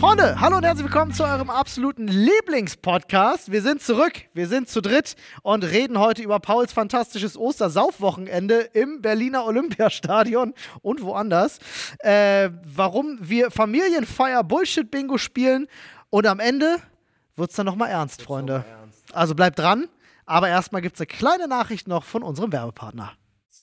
Freunde, hallo und herzlich willkommen zu eurem absoluten Lieblingspodcast. Wir sind zurück, wir sind zu dritt und reden heute über Pauls fantastisches Ostersaufwochenende im Berliner Olympiastadion und woanders. Warum wir Familienfeier Bullshit-Bingo spielen und am Ende wird es dann nochmal ernst, Freunde. Also bleibt dran, aber erstmal gibt es eine kleine Nachricht noch von unserem Werbepartner.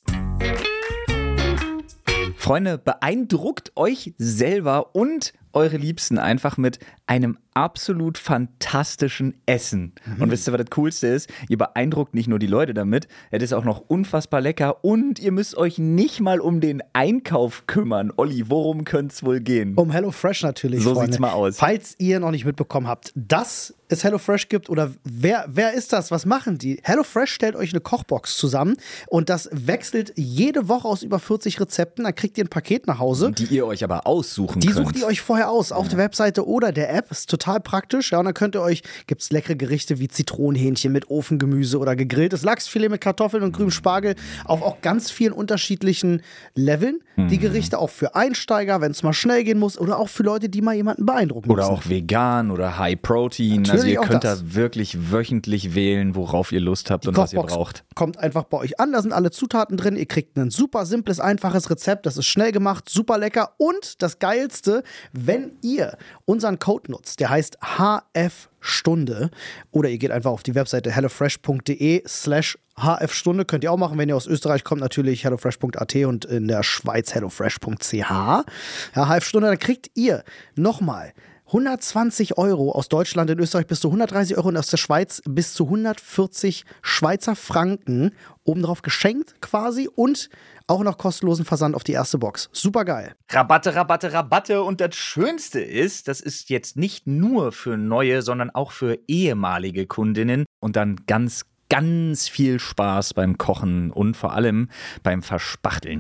Freunde, beeindruckt euch selber und eure Liebsten einfach mit einem absolut fantastischen Essen. Und wisst ihr, was das Coolste ist? Ihr beeindruckt nicht nur die Leute damit, es ist auch noch unfassbar lecker und ihr müsst euch nicht mal um den Einkauf kümmern. Olli, worum könnte es wohl gehen? Um HelloFresh natürlich, So Freunde. sieht's mal aus. Falls ihr noch nicht mitbekommen habt, dass es HelloFresh gibt oder wer ist das? Was machen die? HelloFresh stellt euch eine Kochbox zusammen und das wechselt jede Woche aus über 40 Rezepten. Dann kriegt ihr ein Paket nach Hause. Die ihr euch aber aussuchen Die könnt. sucht ihr euch vorher aus, auf der Webseite oder der App. Ist total praktisch. Ja, und dann könnt ihr euch, gibt es leckere Gerichte wie Zitronenhähnchen mit Ofengemüse oder gegrilltes Lachsfilet mit Kartoffeln und grünem Spargel auf auch ganz vielen unterschiedlichen Leveln. Die Gerichte auch für Einsteiger, wenn es mal schnell gehen muss oder auch für Leute, die mal jemanden beeindrucken Oder müssen. auch vegan oder High Protein. Natürlich Also ihr auch könnt das. da wirklich wöchentlich wählen, worauf ihr Lust habt Die und was ihr Kochbox braucht. kommt einfach bei euch an, da sind alle Zutaten drin. Ihr kriegt ein super simples, einfaches Rezept, das ist schnell gemacht, super lecker und das Geilste, wenn ihr unseren Code nutzt, der heißt HF-Stunde oder ihr geht einfach auf die Webseite hellofresh.de/HF-Stunde, könnt ihr auch machen, wenn ihr aus Österreich kommt, natürlich hellofresh.at und in der Schweiz hellofresh.ch. Ja, HF-Stunde, dann kriegt ihr nochmal 120 € aus Deutschland, in Österreich bis zu 130 € und aus der Schweiz bis zu 140 Schweizer Franken obendrauf geschenkt quasi und auch noch kostenlosen Versand auf die erste Box. Super geil. Rabatte, Rabatte, Rabatte. Und das Schönste ist, das ist jetzt nicht nur für neue, sondern auch für ehemalige Kundinnen. Und dann ganz, ganz viel Spaß beim Kochen und vor allem beim Verspachteln.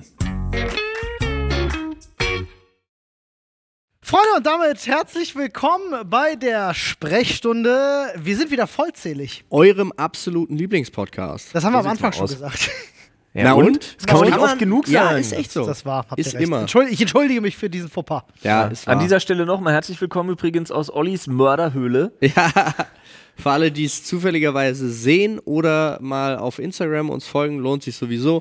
Freunde, und damit herzlich willkommen bei der Sprechstunde. Wir sind wieder vollzählig. Eurem absoluten Lieblingspodcast. Das haben wir am So sieht's Anfang mal schon aus. gesagt. Ja, Na und? Das kann man nicht oft genug Ja, sagen. ist echt so. Das war, habt ihr Ist recht. immer. Ich entschuldige mich für diesen Fauxpas. Ja, ist wahr. An dieser Stelle nochmal herzlich willkommen übrigens aus Ollis Mörderhöhle. Ja, für alle, die es zufälligerweise sehen oder mal auf Instagram uns folgen, lohnt sich sowieso.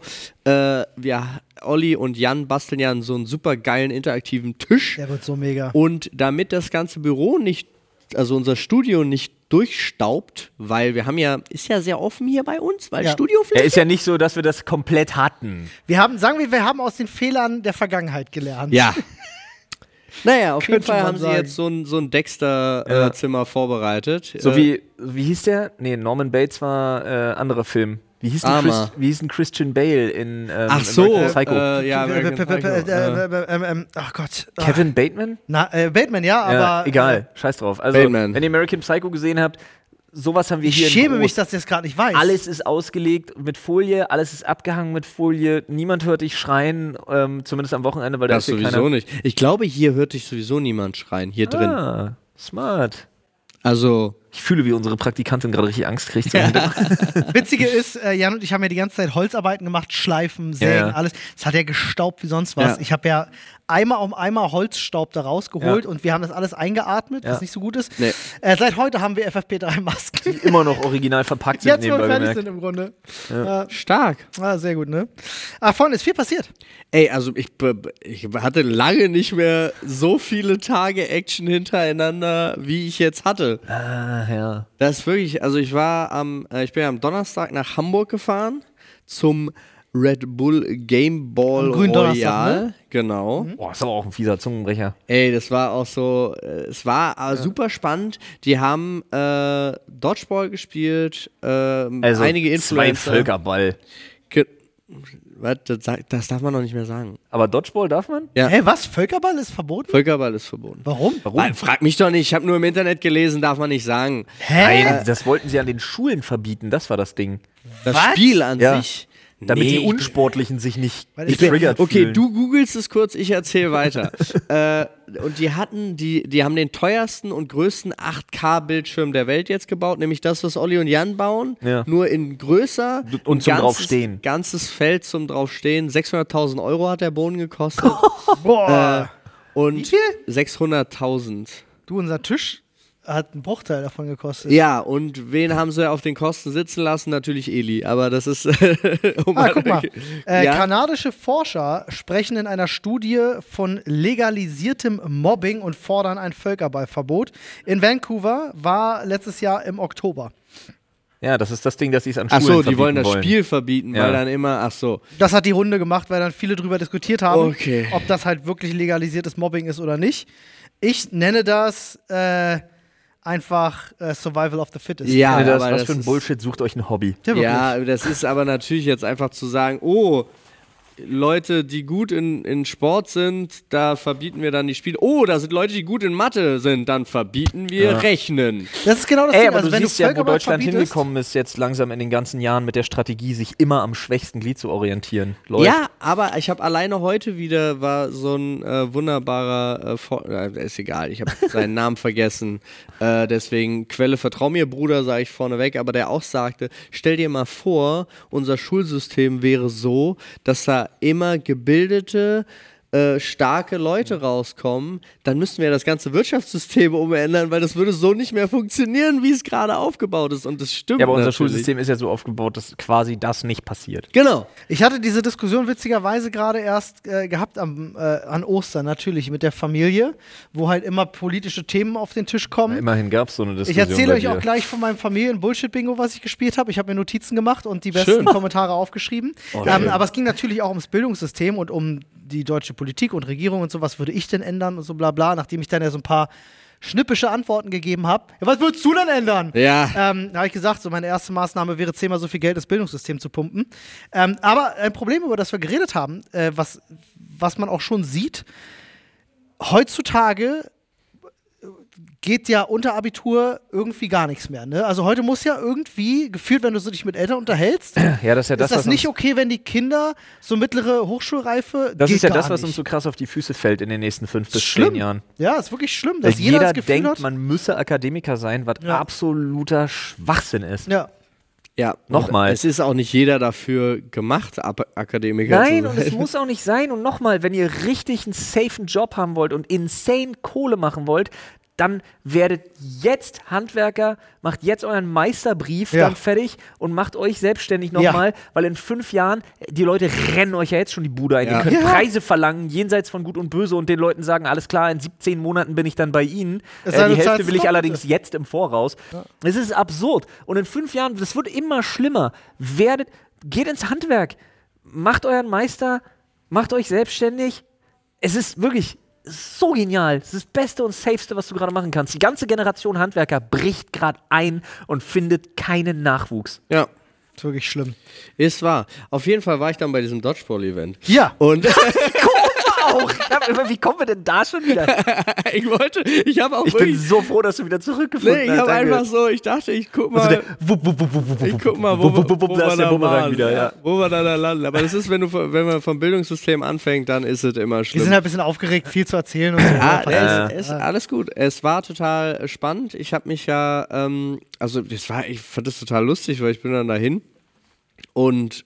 Olli und Jan basteln ja so einen super geilen interaktiven Tisch. Der wird so mega. Und damit das ganze Büro nicht, also unser Studio nicht durchstaubt, weil wir haben ja, ist ja sehr offen hier bei uns, weil Ja. Studiofläche. Ja, ist ja nicht so, dass wir das komplett hatten. Wir haben aus den Fehlern der Vergangenheit gelernt. Ja. Naja, auf jeden Könnte Fall man haben sie sagen. jetzt so ein Dexter-Zimmer vorbereitet. So wie hieß der? Nee, Norman Bates war anderer Film. Wie hieß Armer. denn Christian Bale in Ach so, American Psycho? ja, American Psycho. Ach Gott. Kevin Bateman? Bateman, ja, aber. egal, scheiß drauf. Also, Bateman. wenn ihr American Psycho gesehen habt, sowas haben wir Ich hier schäme in mich, groß. dass ich das gerade nicht weiß. Alles ist ausgelegt mit Folie, alles ist abgehangen mit Folie. Niemand hört dich schreien, zumindest am Wochenende, weil da Das ist hier sowieso keiner. nicht. Ich glaube, hier hört dich sowieso niemand schreien, hier drin. Ah, smart. Also, Ich fühle, wie unsere Praktikantin gerade richtig Angst kriegt. So im Hintergrund. Witzige ist, Jan und ich haben ja die ganze Zeit Holzarbeiten gemacht, Schleifen, Sägen, Ja. alles. Es hat ja gestaubt wie sonst was. Ja. Ich habe ja Eimer um Eimer Holzstaub da rausgeholt Ja. und wir haben das alles eingeatmet, was Ja. nicht so gut ist. Nee. Seit heute haben wir FFP3-Masken. Die immer noch original verpackt Die sind, jetzt nur nebenbei fertig bemerkt. sind im Grunde. stark. Sehr gut, ne? Freunde, ist viel passiert. Ey, also ich hatte lange nicht mehr so viele Tage Action hintereinander, wie ich jetzt hatte. Ah, ja. Das ist wirklich, also ich bin am Donnerstag nach Hamburg gefahren zum Red Bull Game Ball Am grünen Donnerstag, Royal. ne? Genau. Boah, ist aber auch ein fieser Zungenbrecher. Ey, das war auch so, es war super spannend. Die haben Dodgeball gespielt, Also einige zwei Influencer. Völkerball. Was, das darf man noch nicht mehr sagen. Aber Dodgeball darf man? Ja. Hä, was? Völkerball ist verboten? Völkerball ist verboten. Warum? Frag mich doch nicht, ich habe nur im Internet gelesen, darf man nicht sagen. Hä? Nein, das wollten sie an den Schulen verbieten, das war das Ding. Das Was? Spiel an Ja. sich. Damit Nee, die ich bin- Unsportlichen sich nicht Weil getriggert Okay, fühlen. du googelst es kurz, ich erzähle weiter. Und die haben den teuersten und größten 8K-Bildschirm der Welt jetzt gebaut, nämlich das, was Olli und Jan bauen, Ja. nur in größer. Und zum Ganzes- Draufstehen. Ganzes Feld zum Draufstehen. 600.000 € hat der Boden gekostet. Boah. Und Wie viel? 600.000. Du, unser Tisch hat einen Bruchteil davon gekostet. Ja, und wen haben sie auf den Kosten sitzen lassen? Natürlich Eli, aber das ist... Guck mal. Kanadische Forscher sprechen in einer Studie von legalisiertem Mobbing und fordern ein Völkerballverbot. In Vancouver war letztes Jahr im Oktober. Ja, das ist das Ding, dass sie es an Schulen Achso, verbieten die wollen das wollen. Spiel verbieten, Ja. weil dann immer, achso. Das hat die Runde gemacht, weil dann viele drüber diskutiert haben, Okay. ob das halt wirklich legalisiertes Mobbing ist oder nicht. Ich nenne das einfach Survival of the Fittest. Ja, das, aber was das für ein ist- Bullshit, sucht euch ein Hobby. Ja, wirklich. Ja, das ist aber natürlich jetzt einfach zu sagen, oh, Leute, die gut in Sport sind, da verbieten wir dann die Spiele. Oh, da sind Leute, die gut in Mathe sind, dann verbieten wir Rechnen. Das ist genau das Ey, Ding. aber Also, du wenn siehst du ja, wo Völkerball Deutschland verbietest- hingekommen ist, jetzt langsam in den ganzen Jahren mit der Strategie, sich immer am schwächsten Glied zu orientieren. Läuft. Ja, aber ich habe alleine heute wieder, war so ein wunderbarer, ist egal, ich habe seinen Namen vergessen, deswegen Quelle, vertrau mir Bruder, sage ich vorneweg, aber der auch sagte, stell dir mal vor, unser Schulsystem wäre so, dass da immer gebildete, starke Leute rauskommen, dann müssten wir das ganze Wirtschaftssystem umändern, weil das würde so nicht mehr funktionieren, wie es gerade aufgebaut ist und das stimmt Ja, aber unser natürlich. Schulsystem ist ja so aufgebaut, dass quasi das nicht passiert. Genau. Ich hatte diese Diskussion witzigerweise gerade erst gehabt an Ostern, natürlich, mit der Familie, wo halt immer politische Themen auf den Tisch kommen. Immerhin gab es so eine Ich Diskussion. erzähle bei euch dir. auch gleich von meinem Familien-Bullshit-Bingo, was ich gespielt habe. Ich habe mir Notizen gemacht und die besten Kommentare aufgeschrieben. Aber es ging natürlich auch ums Bildungssystem und um die deutsche Politik und Regierung und so. Was würde ich denn ändern und so bla bla, nachdem ich dann ja so ein paar schnippische Antworten gegeben habe. Ja, was würdest du denn ändern? Ja. Da habe ich gesagt, so meine erste Maßnahme wäre 10-mal so viel Geld ins Bildungssystem zu pumpen. Aber ein Problem, über das wir geredet haben, was man auch schon sieht, heutzutage geht ja unter Abitur irgendwie gar nichts mehr. Ne? Also heute muss ja irgendwie, gefühlt, wenn du so dich mit Eltern unterhältst, Ja, das ist ja das, ist das was nicht uns, okay, wenn die Kinder so mittlere Hochschulreife das geht ist ja gar das, was nicht. uns so krass auf die Füße fällt in den nächsten 5 bis Schlimm. 10 Jahren. Ja, ist wirklich schlimm, Weil dass jeder das Gefühl denkt, hat. man müsse Akademiker sein, was Ja. absoluter Schwachsinn ist. Ja. Ja, Nochmal. und es ist auch nicht jeder dafür gemacht, Akademiker Nein, zu und sein. es muss auch nicht sein. Und nochmal, wenn ihr richtig einen safen Job haben wollt und insane Kohle machen wollt, dann werdet jetzt Handwerker, macht jetzt euren Meisterbrief Ja. dann fertig und macht euch selbstständig nochmal, weil in 5 Jahren, die Leute rennen euch ja jetzt schon die Bude ein. Ja. Ihr könnt Ja. Preise verlangen, jenseits von Gut und Böse und den Leuten sagen, alles klar, in 17 Monaten bin ich dann bei Ihnen. Es sei denn, Die du zahlst Hälfte will ich Doppelte. allerdings jetzt im Voraus. Es ist absurd. Und in 5 Jahren, das wird immer schlimmer. Geht ins Handwerk, macht euren Meister, macht euch selbstständig. Es ist wirklich so genial. Es ist das Beste und Safeste, was du gerade machen kannst. Die ganze Generation Handwerker bricht gerade ein und findet keinen Nachwuchs. Ja, Ist wirklich schlimm. ist wahr. Auf jeden Fall war ich dann bei diesem Dodgeball-Event. Ja. Und Auch. Wie kommen wir denn da schon wieder? ich habe auch Ich bin wirklich... so froh, dass du wieder zurückgefunden Nee, ich hast. habe Danke. einfach so, ich dachte, ich guck mal... Also der Ich guck mal, da ist der da Bumerang waren, wieder, ja. wo wir da landen. Aber das ist, wenn man vom Bildungssystem anfängt, dann ist es immer Wir schlimm. sind halt ein bisschen aufgeregt, viel zu erzählen. Und so. Ist alles gut. Es war total spannend. Ich habe mich ja, ich fand das total lustig, weil ich bin dann dahin und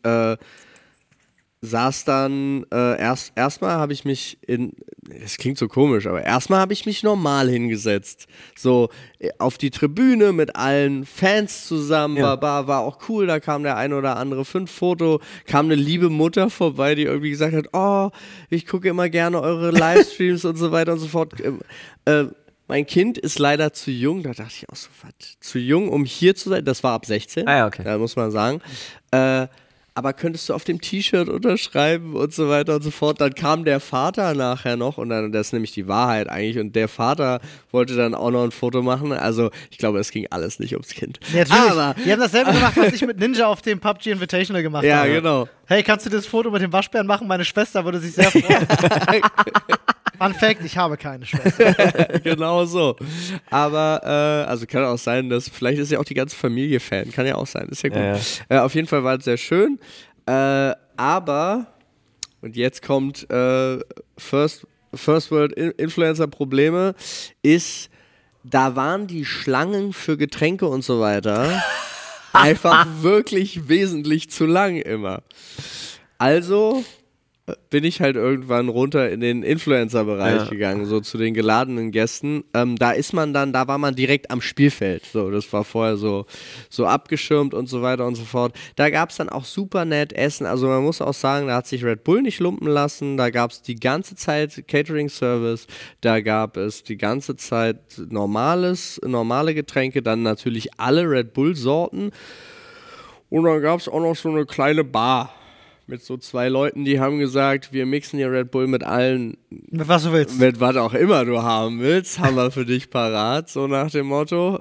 saß dann, erstmal habe ich mich es klingt so komisch, aber erstmal habe ich mich normal hingesetzt. So auf die Tribüne mit allen Fans zusammen, Ja. war auch cool, da kam der ein oder andere 5-Foto, kam eine liebe Mutter vorbei, die irgendwie gesagt hat, oh, ich gucke immer gerne eure Livestreams und so weiter und so fort. Mein Kind ist leider zu jung, da dachte ich auch so, was, zu jung, um hier zu sein, das war ab 16, Ah ja, okay. da muss man sagen. Aber könntest du auf dem T-Shirt unterschreiben und so weiter und so fort. Dann kam der Vater nachher noch und dann, das ist nämlich die Wahrheit eigentlich, und der Vater wollte dann auch noch ein Foto machen. Also ich glaube, es ging alles nicht ums Kind. Ja, natürlich. Aber, Die haben dasselbe gemacht, was ich mit Ninja auf dem PUBG Invitational gemacht ja, habe. genau. Hey, kannst du das Foto mit dem Waschbären machen? Meine Schwester würde sich sehr freuen. Fun Fact, ich habe keine Schwester. Genau so. Aber, also kann auch sein, dass, vielleicht ist ja auch die ganze Familie Fan, kann ja auch sein, ist ja gut. Ja, Auf jeden Fall war es sehr schön. Aber, und jetzt kommt First World Influencer Probleme, da waren die Schlangen für Getränke und so weiter einfach wirklich wesentlich zu lang immer. Also bin ich halt irgendwann runter in den Influencer-Bereich gegangen, so zu den geladenen Gästen. Da war man direkt am Spielfeld. So, das war vorher so abgeschirmt und so weiter und so fort. Da gab es dann auch super nett Essen. Also man muss auch sagen, da hat sich Red Bull nicht lumpen lassen. Da gab es die ganze Zeit Catering-Service. Da gab es die ganze Zeit normale Getränke, dann natürlich alle Red Bull-Sorten. Und dann gab es auch noch so eine kleine Bar mit so 2 Leuten, die haben gesagt, wir mixen hier Red Bull mit allen. Mit was du willst. Mit was auch immer du haben willst, haben wir für dich parat, so nach dem Motto.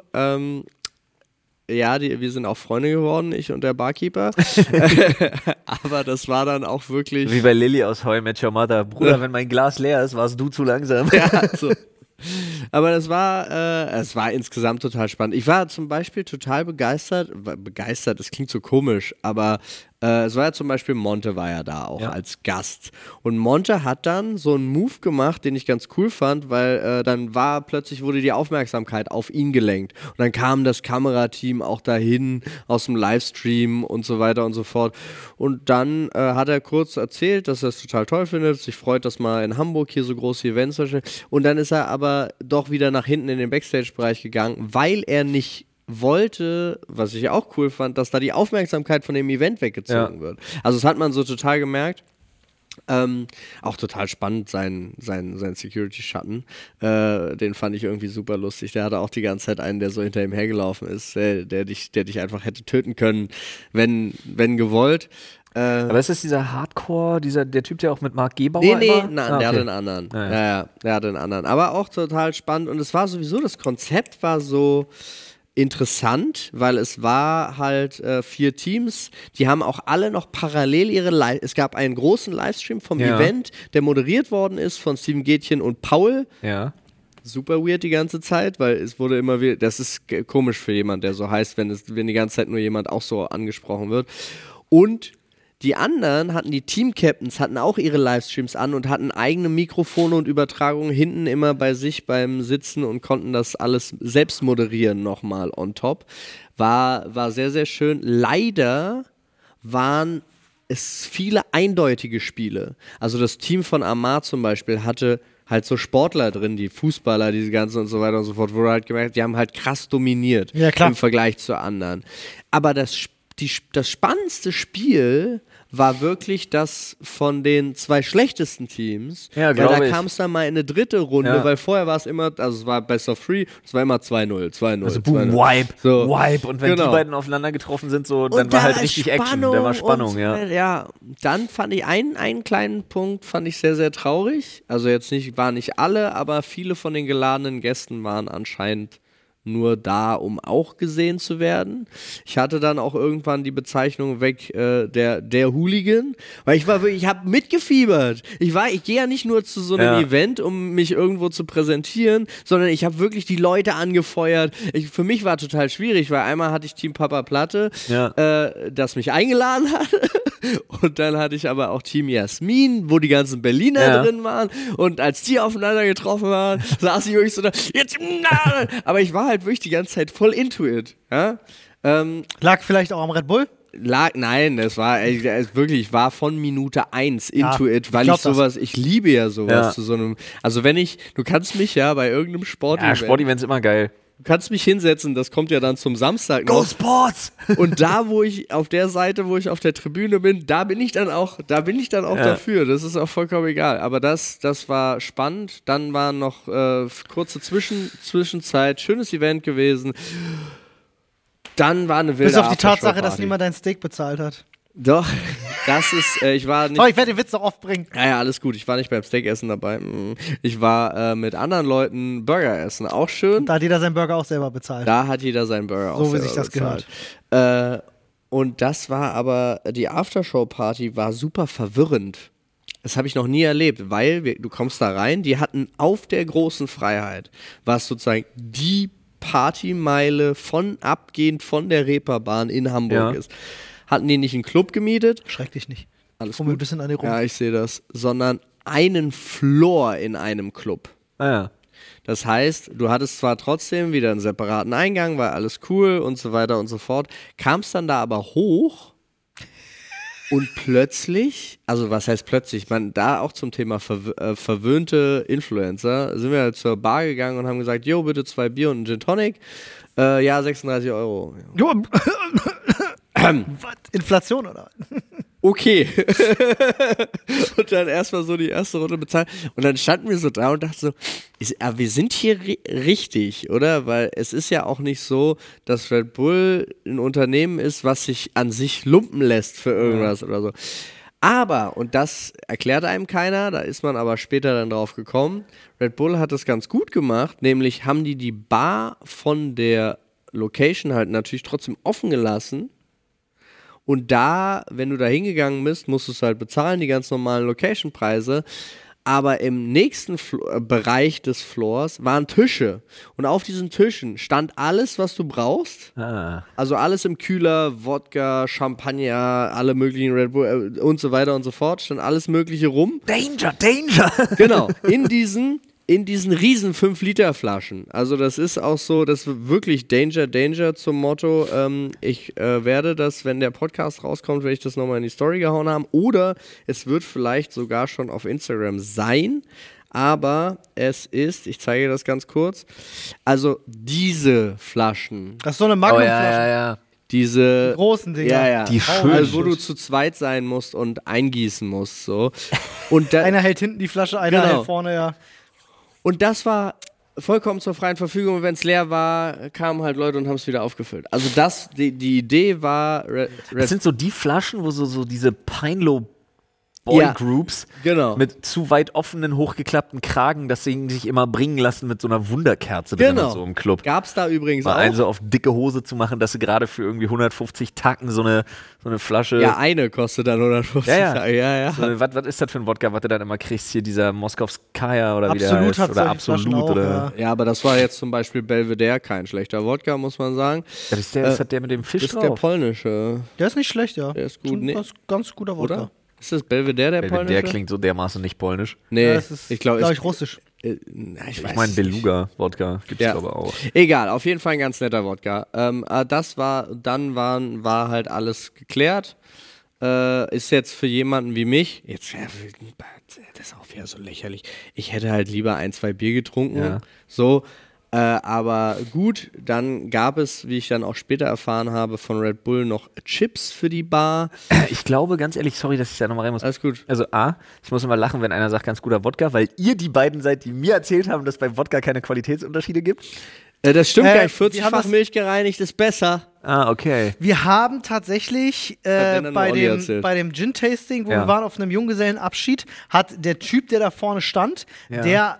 Wir sind auch Freunde geworden, ich und der Barkeeper. Aber das war dann auch wirklich... Wie bei Lilly aus How I Met Your Mother. Bruder, wenn mein Glas leer ist, warst du zu langsam. Ja, so. Aber es war insgesamt total spannend. Ich war zum Beispiel total begeistert, das klingt so komisch, aber es war ja zum Beispiel Monte war ja da auch als Gast. Und Monte hat dann so einen Move gemacht, den ich ganz cool fand, weil dann wurde die Aufmerksamkeit auf ihn gelenkt. Und dann kam das Kamerateam auch dahin aus dem Livestream und so weiter und so fort. Und dann hat er kurz erzählt, dass er es total toll findet, sich freut, dass mal in Hamburg hier so große Events und dann ist er aber doch wieder nach hinten in den Backstage-Bereich gegangen, weil er nicht wollte, was ich auch cool fand, dass da die Aufmerksamkeit von dem Event weggezogen wird. Also das hat man so total gemerkt. Auch total spannend, sein Security-Schatten. Den fand ich irgendwie super lustig. Der hatte auch die ganze Zeit einen, der so hinter ihm hergelaufen ist, der dich einfach hätte töten können, wenn gewollt. Aber ist das dieser Hardcore, der Typ, der auch mit Mark Gebauer Nee, immer? der hat einen anderen. Ja, der hat einen anderen. Aber auch total spannend. Und es war sowieso, das Konzept war so interessant, weil es war halt 4 Teams, die haben auch alle noch parallel es gab einen großen Livestream vom Event, der moderiert worden ist von Steven Gätchen und Paul. Ja. Super weird die ganze Zeit, weil es wurde immer wieder, das ist komisch für jemanden, der so heißt, wenn die ganze Zeit nur jemand auch so angesprochen wird. Und die anderen die Team-Captains hatten auch ihre Livestreams an und hatten eigene Mikrofone und Übertragungen hinten immer bei sich beim Sitzen und konnten das alles selbst moderieren nochmal on top. War sehr, sehr schön. Leider waren es viele eindeutige Spiele. Also das Team von Amar zum Beispiel hatte halt so Sportler drin, die Fußballer, diese ganzen und so weiter und so fort, wo du halt gemerkt, die haben halt krass dominiert im Vergleich zu anderen. Aber das spannendste Spiel war wirklich das von den 2 schlechtesten Teams. Ja, weil da kam es dann mal in eine dritte Runde, weil vorher war es immer, also es war Best of 3, es war immer 2-0. Also boom, Wipe. Und wenn die beiden aufeinander getroffen sind, so, dann war halt richtig Action, da war Spannung, Ja, dann fand ich einen kleinen Punkt fand ich sehr, sehr traurig. Also jetzt waren nicht alle, aber viele von den geladenen Gästen waren anscheinend nur da, um auch gesehen zu werden. Ich hatte dann auch irgendwann die Bezeichnung weg, der Hooligan, weil ich habe mitgefiebert. Ich gehe ja nicht nur zu so einem Event, um mich irgendwo zu präsentieren, sondern ich habe wirklich die Leute angefeuert. Für mich war total schwierig, weil einmal hatte ich Team Papa Platte, das mich eingeladen hat. Und dann hatte ich aber auch Team Jasmin, wo die ganzen Berliner drin waren. Und als die aufeinander getroffen waren, saß ich wirklich so da, aber ich war halt wirklich die ganze Zeit voll into it. Ja? Lag vielleicht auch am Red Bull? Nein, es war wirklich, ich war von Minute 1 into it, weil ich liebe ja sowas zu so einem, also du kannst mich ja bei irgendeinem Sportevent. Ja, Sportevent ist immer geil. Du kannst mich hinsetzen, das kommt ja dann zum Samstag noch. Go Sports! Und da, auf der Seite, wo ich auf der Tribüne bin, da bin ich dann auch dafür. Das ist auch vollkommen egal. Aber das war spannend. Dann war noch kurze Zwischenzeit, schönes Event gewesen. Dann war eine wilde Bis auf die Tatsache, Aftershow-Party. dass niemand dein Steak bezahlt hat. Doch, das ist, ich war nicht... Oh, ich werde den Witz noch oft bringen. Ja, alles gut. Ich war nicht beim Steakessen dabei. Ich war mit anderen Leuten Burger essen. Auch schön. Da hat jeder seinen Burger auch selber bezahlt. Da hat jeder seinen Burger auch selber bezahlt. So wie sich das gehört. Und das war aber, die Aftershow-Party war super verwirrend. Das habe ich noch nie erlebt, weil du kommst da rein, die hatten auf der großen Freiheit, was sozusagen die Partymeile abgehend von der Reeperbahn in Hamburg ist. Hatten die nicht einen Club gemietet? Schreck dich nicht. Alles gut. Ein bisschen an die rum. Ja, ich sehe das. Sondern einen Floor in einem Club. Ah ja. Das heißt, du hattest zwar trotzdem wieder einen separaten Eingang, war alles cool und so weiter und so fort, kamst dann da aber hoch Und plötzlich, also was heißt plötzlich, da auch zum Thema verwöhnte Influencer, sind wir halt zur Bar gegangen und haben gesagt, jo, bitte 2 Bier und einen Gin Tonic. Ja, 36 €. Was? Inflation, oder? Okay. Und dann erstmal so die erste Runde bezahlt. Und dann standen wir so da und dachten so, wir sind hier richtig, oder? Weil es ist ja auch nicht so, dass Red Bull ein Unternehmen ist, was sich an sich lumpen lässt für irgendwas oder so. Aber, und das erklärt einem keiner, da ist man aber später dann drauf gekommen, Red Bull hat das ganz gut gemacht, nämlich haben die Bar von der Location halt natürlich trotzdem offen gelassen. Und da, wenn du da hingegangen bist, musstest du halt bezahlen, die ganz normalen Location-Preise. Aber im nächsten Bereich des Floors waren Tische. Und auf diesen Tischen stand alles, was du brauchst. Also alles im Kühler, Wodka, Champagner, alle möglichen Red Bull und so weiter und so fort. Stand alles Mögliche rum. Danger! Genau, in diesen riesen 5-Liter-Flaschen. Also das ist auch so, das ist wirklich Danger zum Motto, ich werde das, wenn der Podcast rauskommt, werde ich das nochmal in die Story gehauen haben. Oder es wird vielleicht sogar schon auf Instagram sein. Aber es ist, ich zeige das ganz kurz, also diese Flaschen. Das ist so eine Magnumflasche. Ja. Diese Die großen Dinger. Ja. Die schönen. Also, wo du zu zweit sein musst und eingießen musst. So. Und Einer hält hinten die Flasche, einer Genau. hält vorne, ja. Und das war vollkommen zur freien Verfügung. Wenn es leer war, kamen halt Leute und haben es wieder aufgefüllt. Also die Idee war... Das sind so die Flaschen, wo so diese Pine-Low Boy-Groups genau. mit zu weit offenen, hochgeklappten Kragen, dass sie sich immer bringen lassen mit so einer Wunderkerze drin Genau. und so im Club. Gab's da übrigens Mal auch. einen so auf dicke Hose zu machen, dass sie gerade für irgendwie 150 Tacken so eine Flasche... Ja, eine kostet dann 150. Ja. So, was ist das für ein Wodka, was du dann immer kriegst? Hier dieser Moskowskaja oder wie der Absolut heißt? hat Oder solche Flaschen Absolut auch, oder... Ja, aber das war jetzt zum Beispiel Belvedere kein schlechter Wodka, muss man sagen. Ja, das ist der mit dem Fisch Das ist der drauf. polnische, Der ist nicht schlecht, ja. Der ist gut, Ein nee. ganz guter Wodka. oder? Ist das Belvedere der polnische? Der klingt so dermaßen nicht polnisch. Nee, Ja, das ist, ich glaube, glaub ich, russisch. ich Ich meine Beluga-Wodka gibt's Ja. glaube auch. Egal, auf jeden Fall ein ganz netter Wodka. War halt alles geklärt. Ist jetzt für jemanden wie mich, das ist auch wieder so lächerlich. Ich hätte halt lieber 1, 2 Bier getrunken. Ja. So. Aber gut, dann gab es, wie ich dann auch später erfahren habe, von Red Bull noch Chips für die Bar. Ich glaube, ganz ehrlich, sorry, dass ich da nochmal rein muss. Alles gut. Also ich muss immer lachen, wenn einer sagt, ganz guter Wodka, weil ihr die beiden seid, die mir erzählt haben, dass bei Wodka keine Qualitätsunterschiede gibt. Das stimmt gar nicht. wir haben 40-fach das- Milch gereinigt ist besser. Okay. Wir haben tatsächlich der dann bei Olli dem erzählt. Gin-Tasting, wo Ja. wir waren auf einem Junggesellenabschied, hat der Typ, der da vorne stand, Ja.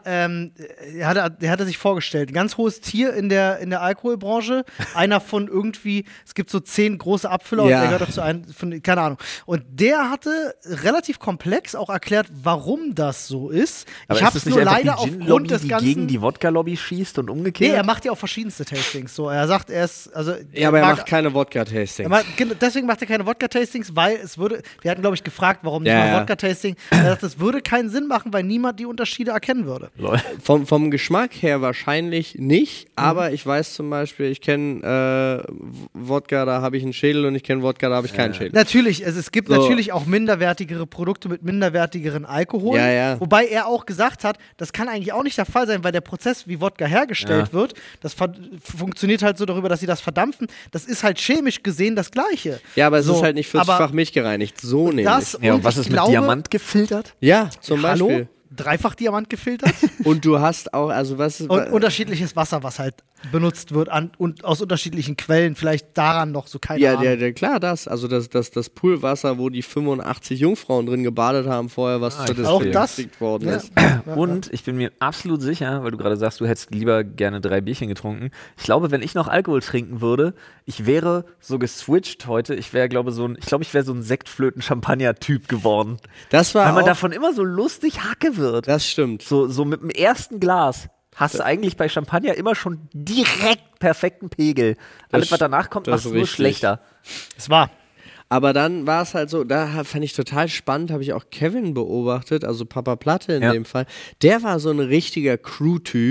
der hatte sich vorgestellt. Ein ganz hohes Tier in der Alkoholbranche. Einer von irgendwie, es gibt so 10 große Abfüller und Ja. der gehört dazu ein, keine Ahnung. Und der hatte relativ komplex auch erklärt, warum das so ist. Aber Ich ist habe das es nicht nur einfach leider die Gin-Lobby, aufgrund des die ganzen... gegen die Wodka-Lobby schießt und Nee, umgekehrt? er macht ja auch verschiedenste Tastings. So, er sagt, er ist, also Ja, aber er mag- macht keine Wodka-Tastings. Deswegen macht er keine Wodka-Tastings, weil es würde, wir hatten, glaube ich, gefragt, warum nicht Ja, mal ja. Wodka-Tasting. Er sagt, das würde keinen Sinn machen, weil niemand die Unterschiede erkennen würde. Vom Geschmack her wahrscheinlich nicht, aber ich weiß zum Beispiel, ich kenne Wodka, da habe ich einen Schädel und ich kenne Wodka, da habe ich keinen Schädel. Natürlich, es gibt So. natürlich auch minderwertigere Produkte mit minderwertigeren Alkohol. Ja, ja. Wobei er auch gesagt hat, das kann eigentlich auch nicht der Fall sein, weil der Prozess, wie Wodka hergestellt wird, das funktioniert halt so darüber, dass sie das verdampfen. Das ist halt chemisch gesehen das Gleiche. Ja, aber es So, ist halt nicht 40-fach Milch gereinigt, so nämlich. Das Ja, und und was ich ist mit glaube, Diamant gefiltert? Ja, zum Hallo? Beispiel. Dreifach Diamant gefiltert Und du hast auch, also was... und unterschiedliches Wasser, was halt benutzt wird und aus unterschiedlichen Quellen, vielleicht daran noch so keine Ja, Ahnung. klar, also das Poolwasser, wo die 85 Jungfrauen drin gebadet haben vorher, was zur auch das? Distrikt worden Ja. ist. Und ich bin mir absolut sicher, weil du gerade sagst, du hättest lieber gerne 3 Bierchen getrunken. Ich glaube, wenn ich noch Alkohol trinken würde, ich wäre so geswitcht heute. Ich wäre, glaube ich, so ein Sektflöten-Champagner-Typ geworden. Das war Weil man auch, davon immer so lustig Hacke wird. das stimmt. So mit dem ersten Glas hast du eigentlich bei Champagner immer schon direkt perfekten Pegel. Alles, was danach kommt, das machst ist du nur richtig. schlechter. Es war. Aber dann war es halt so, da fand ich total spannend, habe ich auch Kevin beobachtet, also Papa Platte in Ja. dem Fall. Der war so ein richtiger Crew-Typ.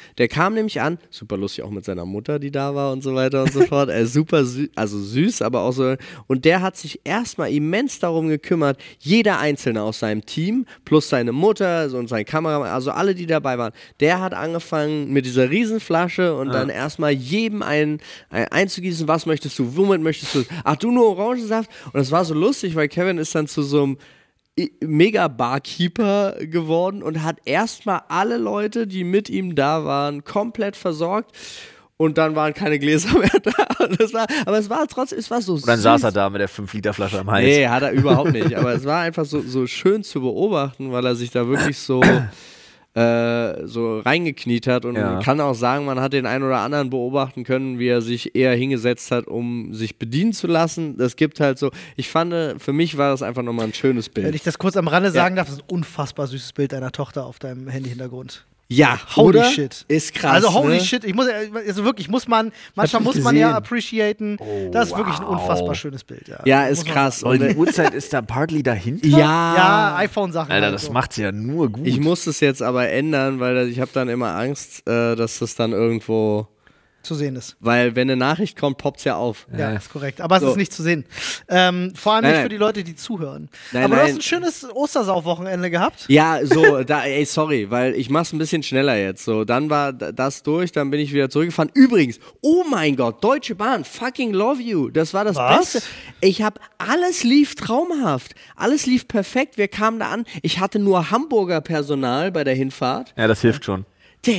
Der kam nämlich an, super lustig, auch mit seiner Mutter, die da war und so weiter und so fort. Super süß, also süß, aber auch so. Und der hat sich erstmal immens darum gekümmert, jeder Einzelne aus seinem Team, plus seine Mutter und sein Kameramann, also alle, die dabei waren, der hat angefangen mit dieser Riesenflasche und dann erstmal jedem einzugießen, was möchtest du, womit möchtest du? Ach, du nur Orangensaft? Und das war so lustig, weil Kevin ist dann zu so einem Mega-Barkeeper geworden und hat erstmal alle Leute, die mit ihm da waren, komplett versorgt. Und dann waren keine Gläser mehr da. Aber es war trotzdem, es war so süß. Und dann saß er da mit der 5-Liter-Flasche am Hals. Nee, hat er überhaupt nicht. Aber es war einfach so schön zu beobachten, weil er sich da wirklich so reingekniet hat. Und man kann auch sagen, man hat den einen oder anderen beobachten können, wie er sich eher hingesetzt hat, um sich bedienen zu lassen. Das gibt halt so, ich fand, für mich war das einfach nochmal ein schönes Bild. Wenn ich das kurz am Rande sagen darf, das ist ein unfassbar süßes Bild deiner Tochter auf deinem Handy-Hintergrund. Ja, holy oder? shit. Ist krass. Also holy ne? shit, manchmal muss man ja appreciaten. Das ist wirklich ein unfassbar schönes Bild. Ja, ist krass. Und die Uhrzeit ist da partly dahinter? Ja, iPhone-Sachen. Alter, halt das so. macht's ja nur gut. Ich muss es jetzt aber ändern, weil ich habe dann immer Angst, dass das dann irgendwo zu sehen ist. Weil wenn eine Nachricht kommt, poppt es ja auf. Ja, ist korrekt. Aber es ist nicht zu sehen. Vor allem nicht für die Leute, die zuhören. Aber du hast ein schönes Ostersaufwochenende gehabt. Ja, so, sorry, weil ich mach's ein bisschen schneller jetzt. So, dann war das durch, dann bin ich wieder zurückgefahren. Übrigens, oh mein Gott, Deutsche Bahn, fucking love you. Das war das Beste. Alles lief traumhaft. Alles lief perfekt. Wir kamen da an. Ich hatte nur Hamburger Personal bei der Hinfahrt. Ja, das hilft schon.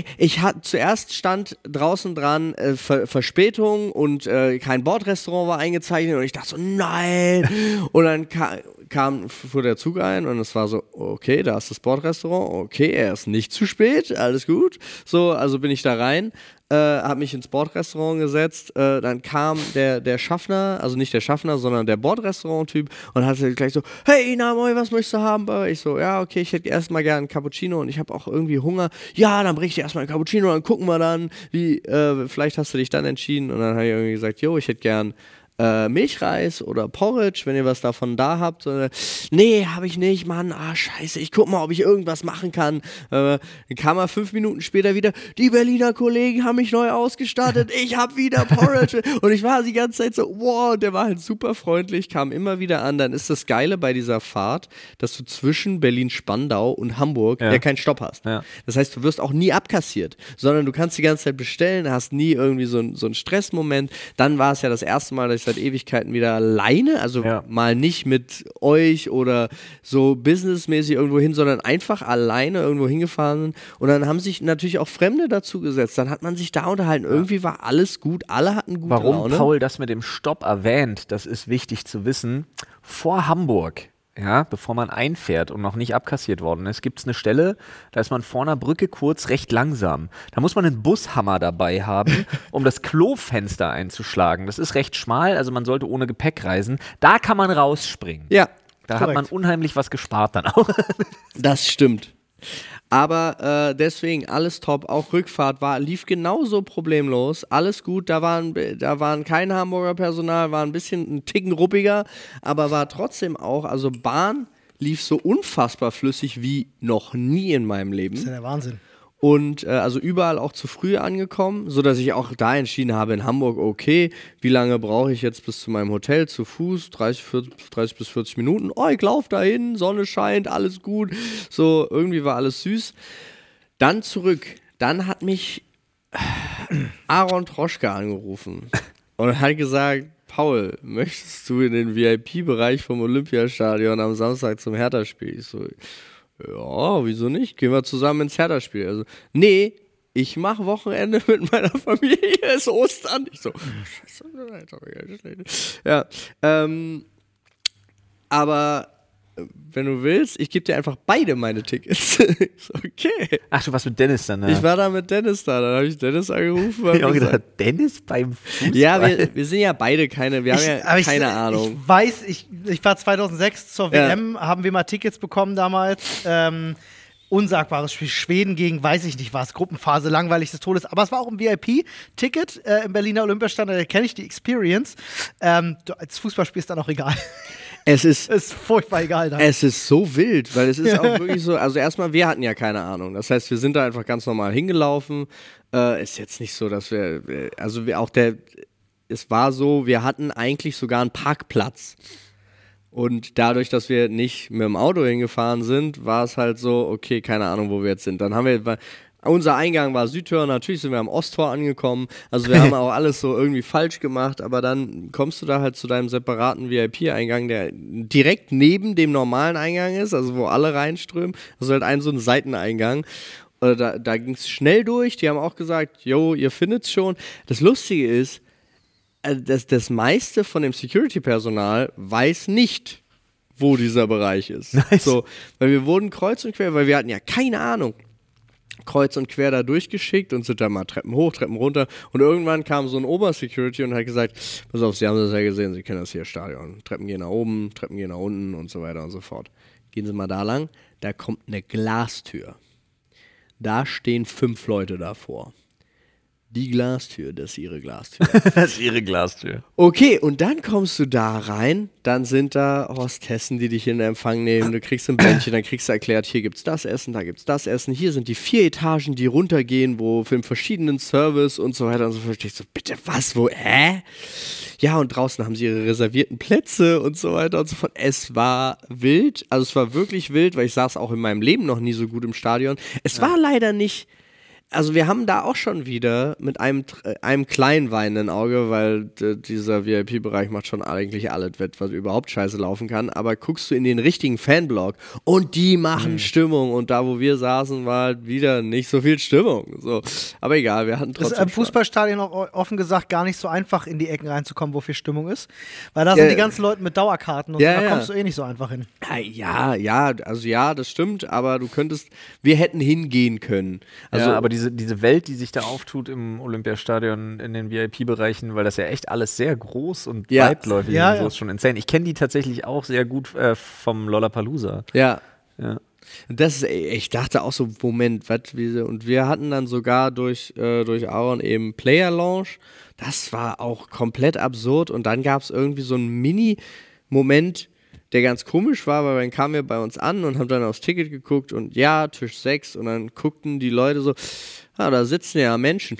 Zuerst stand draußen dran Verspätung und kein Bordrestaurant war eingezeichnet und ich dachte so, nein. Und dann fuhr der Zug ein und es war so, okay, da ist das Bordrestaurant, okay, er ist nicht zu spät, alles gut. So, also bin ich da rein, habe mich ins Bordrestaurant gesetzt, dann kam der Schaffner, also nicht der Schaffner, sondern der Bordrestaurant-Typ und hatte gleich so, hey, Namoy, was möchtest du haben? Ich so, ja, okay, ich hätte erstmal gerne einen Cappuccino und ich habe auch irgendwie Hunger. Ja, dann bring ich dir erstmal einen Cappuccino, dann gucken wir dann, vielleicht hast du dich dann entschieden. Und dann habe ich irgendwie gesagt, jo, ich hätte gern Milchreis oder Porridge, wenn ihr was davon da habt. Nee, habe ich nicht, Mann. Scheiße, ich guck mal, ob ich irgendwas machen kann. Dann kam er 5 Minuten später wieder, die Berliner Kollegen haben mich neu ausgestattet, ich hab wieder Porridge. Und ich war die ganze Zeit so, wow, der war halt super freundlich, kam immer wieder an. Dann ist das Geile bei dieser Fahrt, dass du zwischen Berlin-Spandau und Hamburg keinen Stopp hast. Ja. Das heißt, du wirst auch nie abkassiert, sondern du kannst die ganze Zeit bestellen, hast nie irgendwie so einen Stressmoment. Dann war es ja das erste Mal, dass ich seit Ewigkeiten wieder alleine, also mal nicht mit euch oder so businessmäßig irgendwo hin, sondern einfach alleine irgendwo hingefahren. Und dann haben sich natürlich auch Fremde dazu gesetzt. Dann hat man sich da unterhalten. Irgendwie war alles gut, alle hatten gute Laune. Warum Paul das mit dem Stopp erwähnt, das ist wichtig zu wissen. Vor Hamburg, bevor man einfährt und noch nicht abkassiert worden ist, gibt es eine Stelle, da ist man vor einer Brücke kurz recht langsam. Da muss man einen Bushammer dabei haben, um das Klofenster einzuschlagen. Das ist recht schmal, also man sollte ohne Gepäck reisen. Da kann man rausspringen. Ja. Da hat man unheimlich was gespart dann auch. Das stimmt. Aber deswegen alles top, auch Rückfahrt lief genauso problemlos, alles gut, da waren kein Hamburger Personal, war ein Ticken ruppiger, aber war trotzdem auch, also Bahn lief so unfassbar flüssig wie noch nie in meinem Leben. Das ist ja der Wahnsinn. Und also überall auch zu früh angekommen, sodass ich auch da entschieden habe, in Hamburg, okay, wie lange brauche ich jetzt bis zu meinem Hotel zu Fuß? 30 bis 40 Minuten. Oh, ich laufe dahin, Sonne scheint, alles gut. So, irgendwie war alles süß. Dann zurück. Dann hat mich Aaron Troschke angerufen und hat gesagt, Paul, möchtest du in den VIP-Bereich vom Olympiastadion am Samstag zum Hertha-Spiel? Ich so, ja, wieso nicht? Gehen wir zusammen ins Hertha-Spiel. Also, nee, ich mache Wochenende mit meiner Familie, es ist Ostern. Ich so, scheiße. Ja, aber wenn du willst, ich gebe dir einfach beide meine Tickets. Okay. Ach, du warst mit Dennis dann, Ich war da mit Dennis da, dann habe ich Dennis angerufen. Ich habe gesagt, Dennis beim Fußball? Ja, wir sind ja beide keine Ahnung. Ich weiß, ich war 2006 zur WM, haben wir mal Tickets bekommen damals. Unsagbares Spiel, Schweden gegen, weiß ich nicht was, Gruppenphase, langweilig des Todes. Aber es war auch ein VIP-Ticket im Berliner Olympiastadion, da kenne ich die Experience. Als Fußballspiel ist dann auch egal. Es ist furchtbar egal dann. Es ist so wild, weil es ist auch wirklich so, also erstmal, wir hatten ja keine Ahnung. Das heißt, wir sind da einfach ganz normal hingelaufen. Ist jetzt nicht so, dass es war so, wir hatten eigentlich sogar einen Parkplatz. Und dadurch, dass wir nicht mit dem Auto hingefahren sind, war es halt so, okay, keine Ahnung, wo wir jetzt sind. Dann haben wir, unser Eingang war Südtor, natürlich sind wir am Osttor angekommen. Also wir haben auch alles so irgendwie falsch gemacht, aber dann kommst du da halt zu deinem separaten VIP-Eingang, der direkt neben dem normalen Eingang ist, also wo alle reinströmen. Also halt so ein Seiteneingang. Da ging es schnell durch, die haben auch gesagt, jo, ihr findet's schon. Das Lustige ist, das meiste von dem Security-Personal weiß nicht, wo dieser Bereich ist. Nice. So, weil wir wurden kreuz und quer, weil wir hatten ja keine Ahnung, kreuz und quer da durchgeschickt und sind da mal Treppen hoch, Treppen runter. Und irgendwann kam so ein Obersecurity und hat gesagt, pass auf, Sie haben das ja gesehen, Sie kennen das hier Stadion. Treppen gehen nach oben, Treppen gehen nach unten und so weiter und so fort. Gehen Sie mal da lang, da kommt eine Glastür. Da stehen 5 Leute davor. Die Glastür, das ist ihre Glastür. Das ist ihre Glastür. Okay, und dann kommst du da rein, dann sind da Hostessen, die dich in Empfang nehmen, du kriegst ein Bändchen, dann kriegst du erklärt, hier gibt's das Essen, da gibt's das Essen, hier sind die 4 Etagen, die runtergehen, wo für einen verschiedenen Service und so weiter und so fort. Ich so, bitte was, wo, Ja, und draußen haben sie ihre reservierten Plätze und so weiter und so fort. Es war wild, also es war wirklich wild, weil ich saß auch in meinem Leben noch nie so gut im Stadion. Es war leider nicht. Also wir haben da auch schon wieder mit einem kleinen weinenden Auge, weil dieser VIP-Bereich macht schon eigentlich alles wett, was überhaupt scheiße laufen kann, aber guckst du in den richtigen Fanblog und die machen Stimmung und da, wo wir saßen, war halt wieder nicht so viel Stimmung. So. Aber egal, wir hatten trotzdem Das ist im Fußballstadion auch offen gesagt gar nicht so einfach, in die Ecken reinzukommen, wo viel Stimmung ist, weil da sind die ganzen Leute mit Dauerkarten und da kommst du eh nicht so einfach hin. Ja, das stimmt, aber wir hätten hingehen können. Also, ja, aber diese Welt, die sich da auftut im Olympiastadion in den VIP-Bereichen, weil das ja echt alles sehr groß und weitläufig ist, so ist schon insane. Ich kenne die tatsächlich auch sehr gut vom Lollapalooza. Ja. Und ich dachte auch so, Moment, und wir hatten dann sogar durch Aaron eben Player Lounge. Das war auch komplett absurd und dann gab es irgendwie so einen Mini-Moment, der ganz komisch war, weil dann kamen wir bei uns an und haben dann aufs Ticket geguckt und ja, Tisch 6 und dann guckten die Leute so, da sitzen ja Menschen.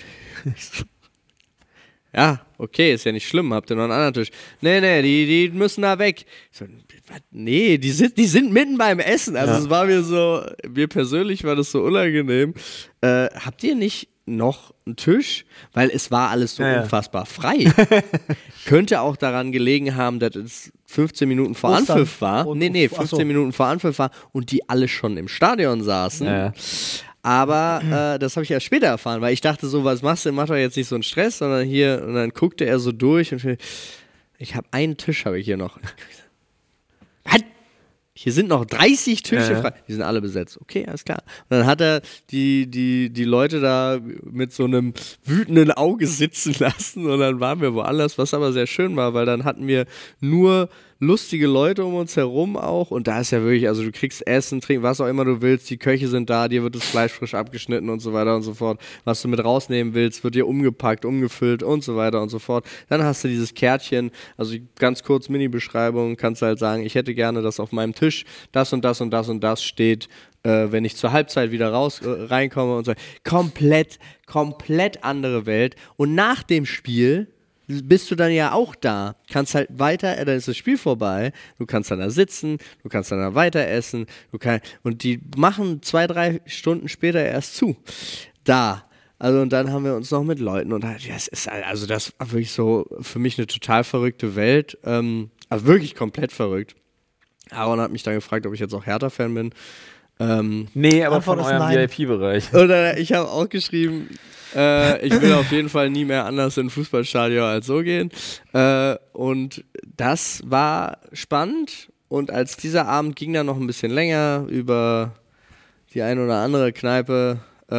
Ja, okay, ist ja nicht schlimm, habt ihr noch einen anderen Tisch? Nee, die müssen da weg. Ich so, nee, die sind mitten beim Essen. Also es war mir persönlich war das so unangenehm. Habt ihr nicht noch einen Tisch? Weil es war alles so unfassbar frei. Könnte auch daran gelegen haben, dass es 15 Minuten vor Anpfiff war. 15 Minuten vor Anpfiff war und die alle schon im Stadion saßen. Ja. Aber das habe ich erst später erfahren, weil ich dachte so, was machst du? Mach doch jetzt nicht so einen Stress, sondern hier, und dann guckte er so durch und ich habe einen Tisch, habe ich hier noch. Was? Hier sind noch 30 Tische frei. Die sind alle besetzt. Okay, alles klar. Und dann hat er die Leute da mit so einem wütenden Auge sitzen lassen und dann waren wir woanders, was aber sehr schön war, weil dann hatten wir nur lustige Leute um uns herum auch und da ist ja wirklich, also du kriegst Essen, Trinken, was auch immer du willst, die Köche sind da, dir wird das Fleisch frisch abgeschnitten und so weiter und so fort. Was du mit rausnehmen willst, wird dir umgepackt, umgefüllt und so weiter und so fort. Dann hast du dieses Kärtchen, also ganz kurz Mini-Beschreibung, kannst du halt sagen, ich hätte gerne, dass auf meinem Tisch das und das und das und das steht, wenn ich zur Halbzeit wieder reinkomme und so. Komplett andere Welt. Und nach dem Spiel bist du dann ja auch da, kannst halt weiter, dann ist das Spiel vorbei, du kannst dann da sitzen, du kannst dann da weiter essen, und die machen 2-3 Stunden später erst zu. Da. Also und dann haben wir uns noch mit Leuten unterhalten. Das war wirklich so für mich eine total verrückte Welt, also wirklich komplett verrückt. Aaron hat mich dann gefragt, ob ich jetzt auch Hertha-Fan bin. Nee, aber von eurem VIP-Bereich. Oder ich habe auch geschrieben, ich will auf jeden Fall nie mehr anders in ein Fußballstadion als so gehen. Und das war spannend. Und als dieser Abend ging dann noch ein bisschen länger über die ein oder andere Kneipe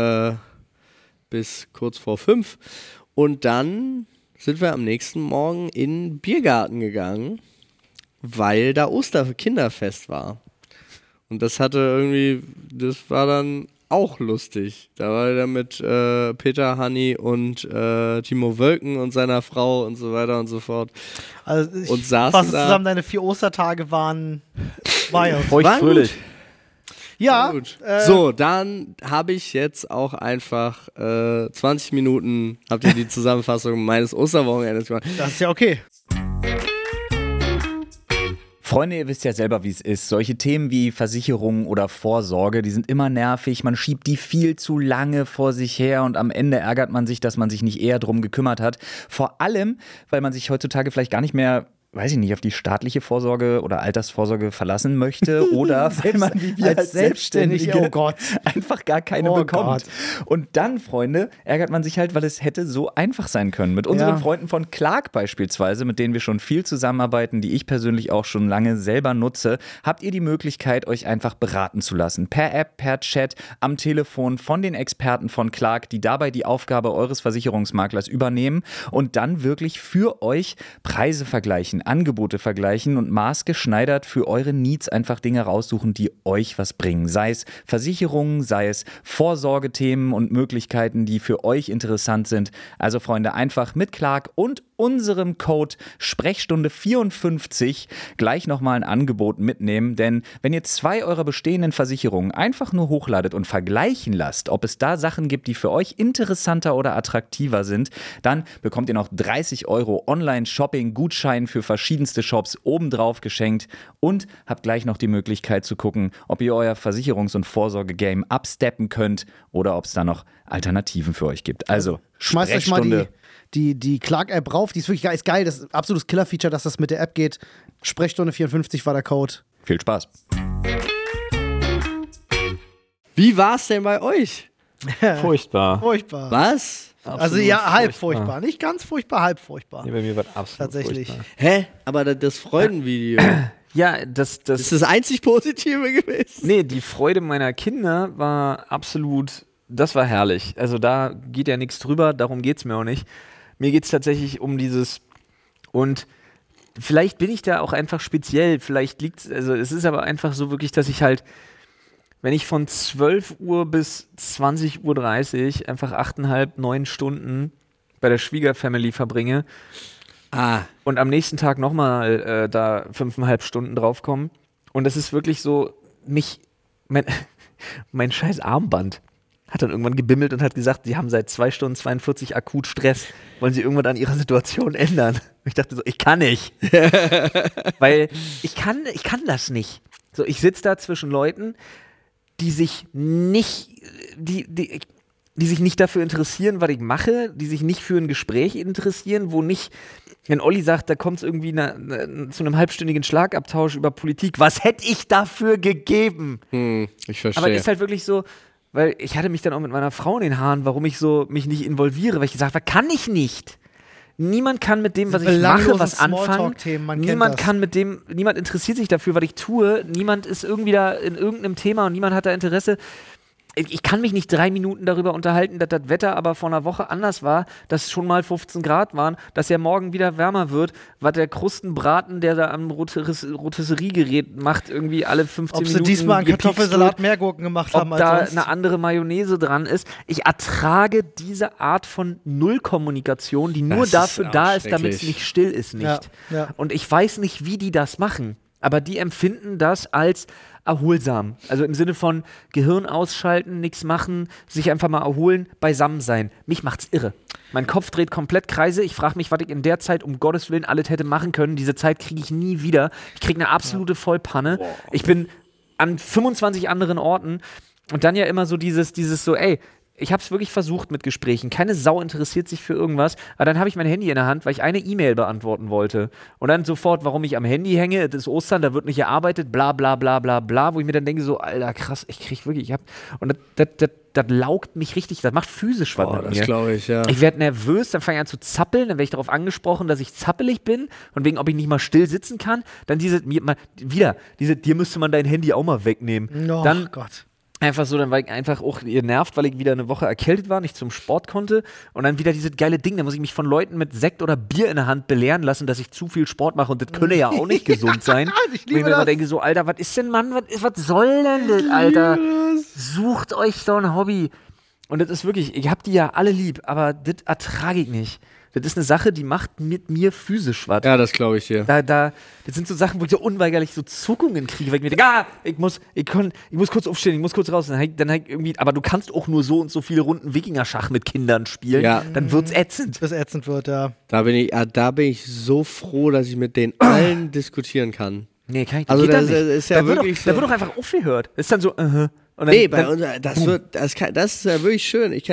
bis kurz vor 5. Und dann sind wir am nächsten Morgen in den Biergarten gegangen, weil da Osterkinderfest war. Und das war dann auch lustig. Da war er mit Peter Hanni und Timo Wölken und seiner Frau und so weiter und so fort. Also und saßen fasse da. zusammen, deine 4 Ostertage waren wild. Feuchtfröhlich. Ja, Gut. So, dann habe ich jetzt auch einfach 20 Minuten, habt ihr die Zusammenfassung meines Osterwochenendes gemacht. das ist ja okay. Freunde, ihr wisst ja selber, wie es ist. Solche Themen wie Versicherung oder Vorsorge, die sind immer nervig. Man schiebt die viel zu lange vor sich her und am Ende ärgert man sich, dass man sich nicht eher drum gekümmert hat. Vor allem, weil man sich heutzutage vielleicht gar nicht mehr, weiß ich nicht, auf die staatliche Vorsorge oder Altersvorsorge verlassen möchte oder weil man wie wir als Selbstständige oh Gott. einfach gar keine Oh bekommt. Gott. Und dann, Freunde, ärgert man sich halt, weil es hätte so einfach sein können. Mit unseren Freunden von Clark beispielsweise, mit denen wir schon viel zusammenarbeiten, die ich persönlich auch schon lange selber nutze, habt ihr die Möglichkeit, euch einfach beraten zu lassen. Per App, per Chat, am Telefon von den Experten von Clark, die dabei die Aufgabe eures Versicherungsmaklers übernehmen und dann wirklich für euch Preise vergleichen, Angebote vergleichen und maßgeschneidert für eure Needs einfach Dinge raussuchen, die euch was bringen. Sei es Versicherungen, sei es Vorsorgethemen und Möglichkeiten, die für euch interessant sind. Also Freunde, einfach mit Clark und unserem Code Sprechstunde 54 gleich nochmal ein Angebot mitnehmen, denn wenn ihr 2 eurer bestehenden Versicherungen einfach nur hochladet und vergleichen lasst, ob es da Sachen gibt, die für euch interessanter oder attraktiver sind, dann bekommt ihr noch 30 € Online-Shopping-Gutschein für verschiedenste Shops obendrauf geschenkt und habt gleich noch die Möglichkeit zu gucken, ob ihr euer Versicherungs- und Vorsorge-Game absteppen könnt oder ob es da noch Alternativen für euch gibt. Also Schmeißt euch mal Sprechstunde. die Clark-App rauf, die ist wirklich geil, ist geil, das ist ein absolutes Killer-Feature, dass das mit der App geht. Sprechstunde 54 war der Code. Viel Spaß. Wie war es denn bei euch? Furchtbar. Furchtbar. Was? Also ja, halb furchtbar. Nicht ganz furchtbar, halb furchtbar. Nee, bei mir war das absolut Tatsächlich. furchtbar. Hä? Aber das Freudenvideo, Ja, das ist das einzig Positive gewesen? Nee, die Freude meiner Kinder war absolut, das war herrlich. Also da geht ja nichts drüber, darum geht es mir auch nicht. Mir geht es tatsächlich um dieses, und vielleicht bin ich da auch einfach speziell, vielleicht liegt es, also es ist aber einfach so wirklich, dass ich halt, wenn ich von 12 Uhr bis 20:30 Uhr einfach 8,5, 9 Stunden bei der Schwiegerfamily verbringe, und am nächsten Tag nochmal da 5,5 Stunden draufkommen. Und das ist wirklich so, mein scheiß Armband hat dann irgendwann gebimmelt und hat gesagt, sie haben seit 2 Stunden 42 akut Stress. Wollen sie irgendwann an ihrer Situation ändern? Und ich dachte so, ich kann nicht. Weil ich kann das nicht. So, ich sitze da zwischen Leuten, die sich nicht, die sich nicht dafür interessieren, was ich mache, die sich nicht für ein Gespräch interessieren, wo nicht, wenn Olli sagt, da kommt es irgendwie zu einem halbstündigen Schlagabtausch über Politik, was hätte ich dafür gegeben? Ich verstehe. Aber es ist halt wirklich so, weil ich hatte mich dann auch mit meiner Frau in den Haaren, warum ich so mich nicht involviere, weil ich gesagt habe, kann ich nicht. Niemand kann mit dem, was ich mache, was anfangen. Niemand interessiert sich dafür, was ich tue. Niemand ist irgendwie da in irgendeinem Thema und niemand hat da Interesse. Ich kann mich nicht 3 Minuten darüber unterhalten, dass das Wetter aber vor einer Woche anders war, dass schon mal 15 Grad waren, dass ja morgen wieder wärmer wird, was der Krustenbraten, der da am Rotisseriegerät macht, irgendwie alle 15 Minuten. Ob sie diesmal einen Kartoffelsalat mehr Gurken gemacht haben als als da sonst. eine andere Mayonnaise dran ist. Ich ertrage diese Art von Nullkommunikation, die nur Das ist dafür da ist, schrecklich. damit es nicht still ist, nicht. Ja. Und ich weiß nicht, wie die das machen, aber die empfinden das als erholsam. Also im Sinne von Gehirn ausschalten, nichts machen, sich einfach mal erholen, beisammen sein. Mich macht's irre. Mein Kopf dreht komplett Kreise. Ich frage mich, was ich in der Zeit um Gottes Willen alles hätte machen können. Diese Zeit kriege ich nie wieder. Ich kriege eine absolute Vollpanne. Ich bin an 25 anderen Orten und dann ja immer so dieses so, ey, ich habe es wirklich versucht mit Gesprächen. Keine Sau interessiert sich für irgendwas. Aber dann habe ich mein Handy in der Hand, weil ich eine E-Mail beantworten wollte. Und dann sofort, warum ich am Handy hänge, das ist Ostern, da wird nicht gearbeitet, bla bla bla bla bla, wo ich mir dann denke so, Alter, krass, ich krieg wirklich, und das laugt mich richtig, das macht physisch was mit mir. Das glaube ich, ja. Ich werde nervös, dann fange ich an zu zappeln, dann werde ich darauf angesprochen, dass ich zappelig bin und wegen, ob ich nicht mal still sitzen kann. Dann dir müsste man dein Handy auch mal wegnehmen. Oh Dann Gott. einfach so, dann war ich einfach auch genervt, weil ich wieder eine Woche erkältet war, nicht zum Sport konnte. Und dann wieder dieses geile Ding, da muss ich mich von Leuten mit Sekt oder Bier in der Hand belehren lassen, dass ich zu viel Sport mache. Und das könne ja auch nicht gesund sein. Ich Wo ich mir liebe immer das. denke, so, Alter, was ist denn, Mann, was soll denn das, Alter? sucht euch so ein Hobby. Und das ist wirklich, ich hab die ja alle lieb, aber das ertrage ich nicht. Das ist eine Sache, die macht mit mir physisch was. Ja, das glaube ich dir. Das sind so Sachen, wo ich so unweigerlich so Zuckungen kriege, weil ich mir denke, ich muss kurz aufstehen, ich muss kurz raus. Dann irgendwie, aber du kannst auch nur so und so viele Runden Wikinger-Schach mit Kindern spielen. Ja. Dann wird's ätzend. Das ätzend wird, ja. Da bin ich so froh, dass ich mit den allen diskutieren kann. Nee, kann ich nicht. Also Geht das dann nicht. ist ja wirklich Da wird doch einfach aufgehört. Das ist dann so, Und dann, Nee, bei uns, das ist ja wirklich schön. Ich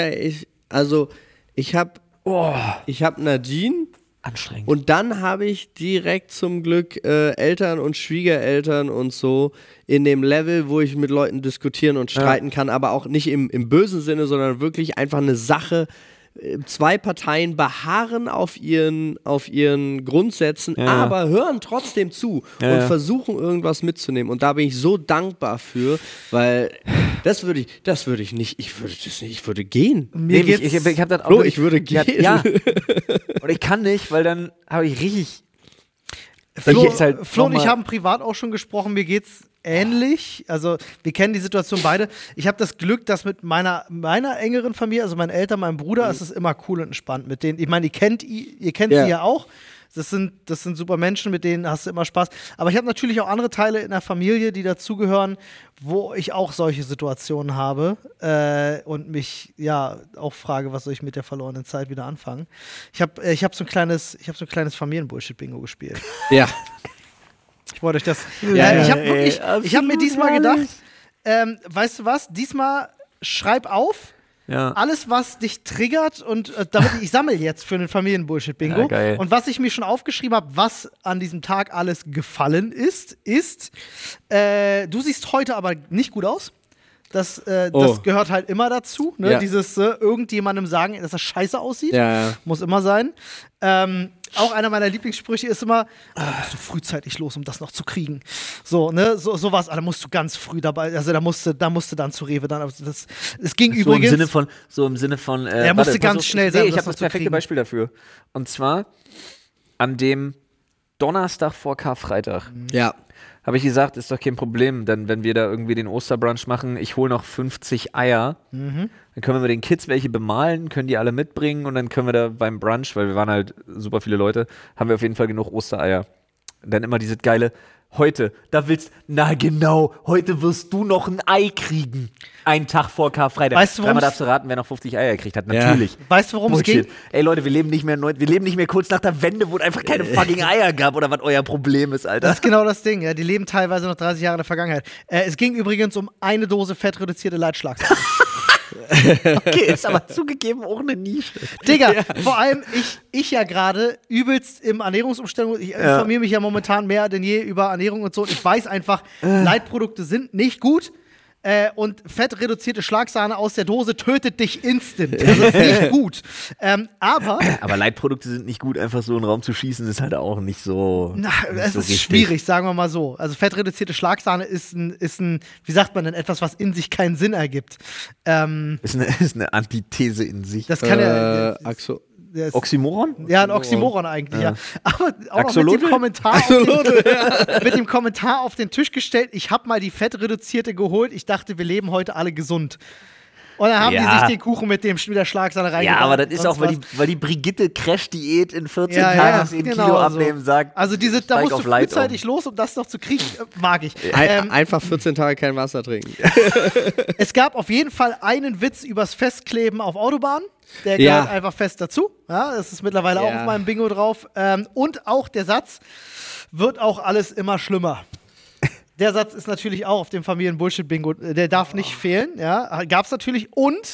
habe Nadine anstrengend. und dann habe ich direkt zum Glück Eltern und Schwiegereltern und so in dem Level, wo ich mit Leuten diskutieren und streiten kann, aber auch nicht im bösen Sinne, sondern wirklich einfach eine Sache. Zwei Parteien beharren auf ihren Grundsätzen, aber hören trotzdem zu und versuchen irgendwas mitzunehmen. Und da bin ich so dankbar für, weil das würde ich nicht, ich würde gehen. Ich hab das auch Flo, ich würde gehen. Ja. Und ich kann nicht, weil dann habe ich richtig. Flo, geht's halt Flo und ich nochmal- haben privat auch schon gesprochen, mir geht's ähnlich. Also wir kennen die Situation beide. Ich habe das Glück, dass mit meiner engeren Familie, also meinen Eltern, meinem Bruder, ist es immer cool und entspannt mit denen. Ich meine, ihr kennt sie ja auch. Das sind super Menschen, mit denen hast du immer Spaß. Aber ich habe natürlich auch andere Teile in der Familie, die dazugehören, wo ich auch solche Situationen habe und mich auch frage, was soll ich mit der verlorenen Zeit wieder anfangen. Ich hab so ein kleines Familien-Bullshit-Bingo gespielt. Ja. Ich wollte euch das. Ja, Ich habe mir diesmal gedacht, weißt du was? Diesmal schreib auf. Ja. Alles, was dich triggert und ich sammle jetzt für einen Familien-Bullshit-Bingo. Ja, geil. Und was ich mir schon aufgeschrieben habe, was an diesem Tag alles gefallen ist, du siehst heute aber nicht gut aus. Das gehört halt immer dazu, ne? Ja. Dieses irgendjemandem sagen, dass er scheiße aussieht. Ja. Muss immer sein. Auch einer meiner Lieblingssprüche ist immer, musst du frühzeitig los, um das noch zu kriegen. So, ne, sowas, da musst du ganz früh dabei, also da musst du dann zu Rewe dann. Also das ging So übrigens. im Sinne von. Er musste ganz schnell sein, um Ich das habe noch das zu perfekte kriegen. Beispiel dafür. Und zwar an dem Donnerstag vor Karfreitag. Ja. Habe ich gesagt, ist doch kein Problem, denn wenn wir da irgendwie den Osterbrunch machen, ich hole noch 50 Eier, dann können wir mit den Kids welche bemalen, können die alle mitbringen und dann können wir da beim Brunch, weil wir waren halt super viele Leute, haben wir auf jeden Fall genug Ostereier. Und dann immer dieses geile, heute wirst du noch ein Ei kriegen. Einen Tag vor Karfreitag. Weißt du, Dreimal darfst du raten, wer noch 50 Eier gekriegt hat. Natürlich. Weißt du, worum es ging? Bullshit. Ey Leute, wir leben nicht mehr kurz nach der Wende, wo es einfach keine fucking Eier gab oder was euer Problem ist, Alter. Das ist genau das Ding, ja. Die leben teilweise noch 30 Jahre in der Vergangenheit. Es ging übrigens um eine Dose fettreduzierte Leitschlagsache. Okay, ist aber zugegeben auch eine Nische. Digga, vor allem ich ja gerade übelst im Ernährungsumstellung. Ich informiere mich ja momentan mehr denn je über Ernährung und so. Und ich weiß einfach, Leitprodukte sind nicht gut. Und fettreduzierte Schlagsahne aus der Dose tötet dich instant. Das ist nicht gut. Aber Leitprodukte sind nicht gut, einfach so in den Raum zu schießen, ist halt auch nicht so. es ist schwierig, sagen wir mal so. Also fettreduzierte Schlagsahne ist ein, wie sagt man denn, etwas, was in sich keinen Sinn ergibt. Ist eine Antithese in sich. Das kann ja. Oxymoron? Ja, ein Oxymoron eigentlich, ja. Aber auch noch Axolotl? mit dem Kommentar auf den Tisch gestellt, ich habe mal die fettreduzierte geholt, ich dachte, wir leben heute alle gesund. Und dann haben die sich den Kuchen mit der Schlagsahne reingebracht. Ja, aber das ist auch, weil die Brigitte Crash-Diät in 14 Tagen 10 Kilo abnehmen sagt. Also da musst du frühzeitig los, um das noch zu kriegen, mag ich. Einfach 14 Tage kein Wasser trinken. Es gab auf jeden Fall einen Witz übers Festkleben auf Autobahnen. Der gehört einfach fest dazu. Ja, das ist mittlerweile auch auf meinem Bingo drauf. Und auch der Satz, wird auch alles immer schlimmer. Der Satz ist natürlich auch auf dem Familien-Bullshit-Bingo. Der darf nicht fehlen. Ja, gab's natürlich. Und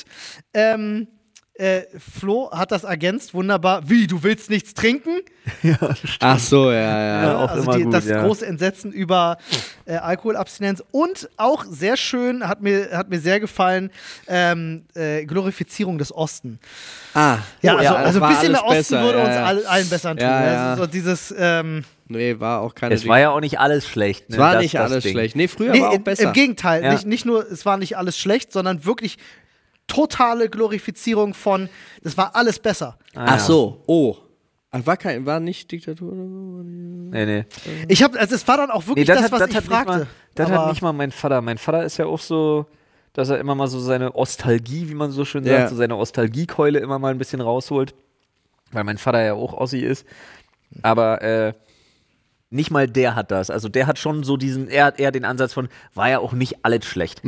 Flo hat das ergänzt, wunderbar. Wie, du willst nichts trinken? Ja, das stimmt. Ach so, ja. auch Also immer gut, das ja. große Entsetzen über Alkoholabstinenz. Und auch sehr schön, hat mir sehr gefallen, Glorifizierung des Osten. Ah, Ja, also war ein bisschen alles mehr Osten besser, würde uns ja. allen besser tun. Ja, ja. Also so dieses Nee, war auch keine. Es war ja auch nicht alles schlecht. Ne? Es war Das- nicht das alles Ding. schlecht. Nee, früher Nee, war auch besser. im Gegenteil. Ja. Nicht nur, es war nicht alles schlecht, sondern wirklich totale Glorifizierung von, das war alles besser. Ach so, oh. War nicht Diktatur oder so? Nee. Es war dann auch wirklich das, was ich fragte. Das Aber hat nicht mal mein Vater. Mein Vater ist ja auch so, dass er immer mal so seine Ostalgie, wie man so schön sagt, so seine Ostalgiekeule immer mal ein bisschen rausholt, weil mein Vater ja auch Ossi ist. Aber nicht mal der hat das. Also der hat schon so eher den Ansatz von, war ja auch nicht alles schlecht.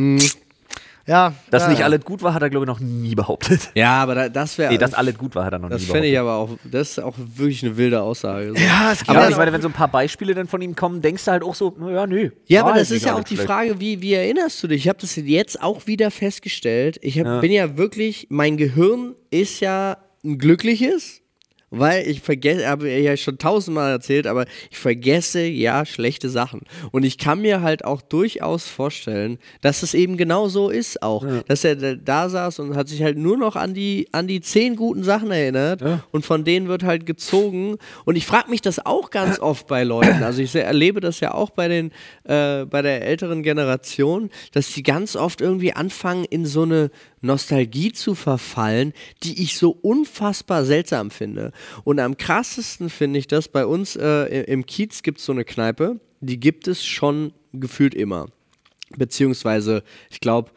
Ja. Dass nicht alles gut war, hat er, glaube ich, noch nie behauptet. Ja, aber das wäre. Dass alles gut war, hat er noch nie behauptet. Das fände ich aber auch, das ist auch wirklich eine wilde Aussage. So. Ja, es gibt Aber ja ich meine, wenn so ein paar Beispiele dann von ihm kommen, denkst du halt auch so, naja, nö. Ja, aber war das halt ist ja nicht auch die alles Frage, wie erinnerst du dich? Ich habe das jetzt auch wieder festgestellt. Bin ja wirklich, mein Gehirn ist ja ein glückliches, weil ich vergesse, habe ich ja schon 1000-mal erzählt, aber ich vergesse ja schlechte Sachen. Und ich kann mir halt auch durchaus vorstellen, dass es eben genau so ist auch. Ja. Dass er da saß und hat sich halt nur noch an die 10 guten Sachen erinnert und von denen wird halt gezogen. Und ich frage mich das auch ganz oft bei Leuten. Also ich erlebe das ja auch bei der älteren Generation, dass die ganz oft irgendwie anfangen, in so eine Nostalgie zu verfallen, die ich so unfassbar seltsam finde. Und am krassesten finde ich das, bei uns im Kiez gibt es so eine Kneipe, die gibt es schon gefühlt immer. Beziehungsweise, ich glaube,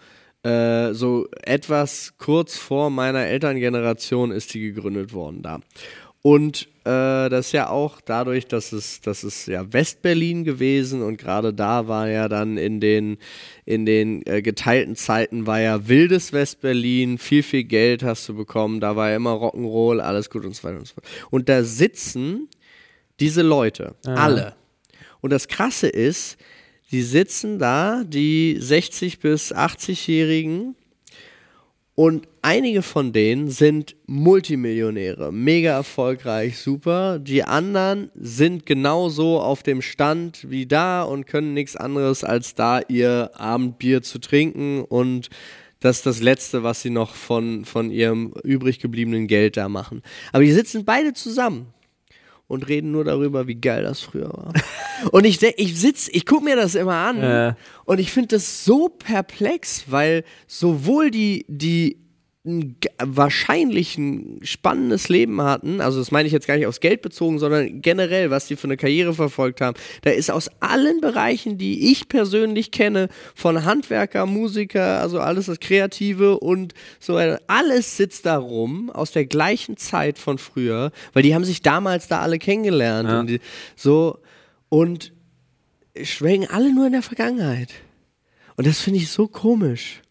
so etwas kurz vor meiner Elterngeneration ist die gegründet worden da. Und das ist ja auch dadurch, dass es ja Westberlin gewesen und gerade da war ja dann in den geteilten Zeiten war ja wildes Westberlin, viel Geld hast du bekommen, da war ja immer Rock'n'Roll, alles gut und so weiter und so fort. Und da sitzen diese Leute, alle. Und das Krasse ist, die sitzen da, die 60- bis 80-Jährigen, und einige von denen sind Multimillionäre, mega erfolgreich, super. Die anderen sind genauso auf dem Stand wie da und können nichts anderes als da ihr Abendbier zu trinken und das ist das Letzte, was sie noch von ihrem übrig gebliebenen Geld da machen. Aber die sitzen beide zusammen und reden nur darüber, wie geil das früher war. Und ich gucke mir das immer an und ich finde das so perplex, weil sowohl die wahrscheinlich ein spannendes Leben hatten, also das meine ich jetzt gar nicht aufs Geld bezogen, sondern generell, was die für eine Karriere verfolgt haben, da ist aus allen Bereichen, die ich persönlich kenne, von Handwerker, Musiker, also alles das Kreative und so weiter, alles sitzt da rum, aus der gleichen Zeit von früher, weil die haben sich damals da alle kennengelernt und schwelgen alle nur in der Vergangenheit. Und das finde ich so komisch.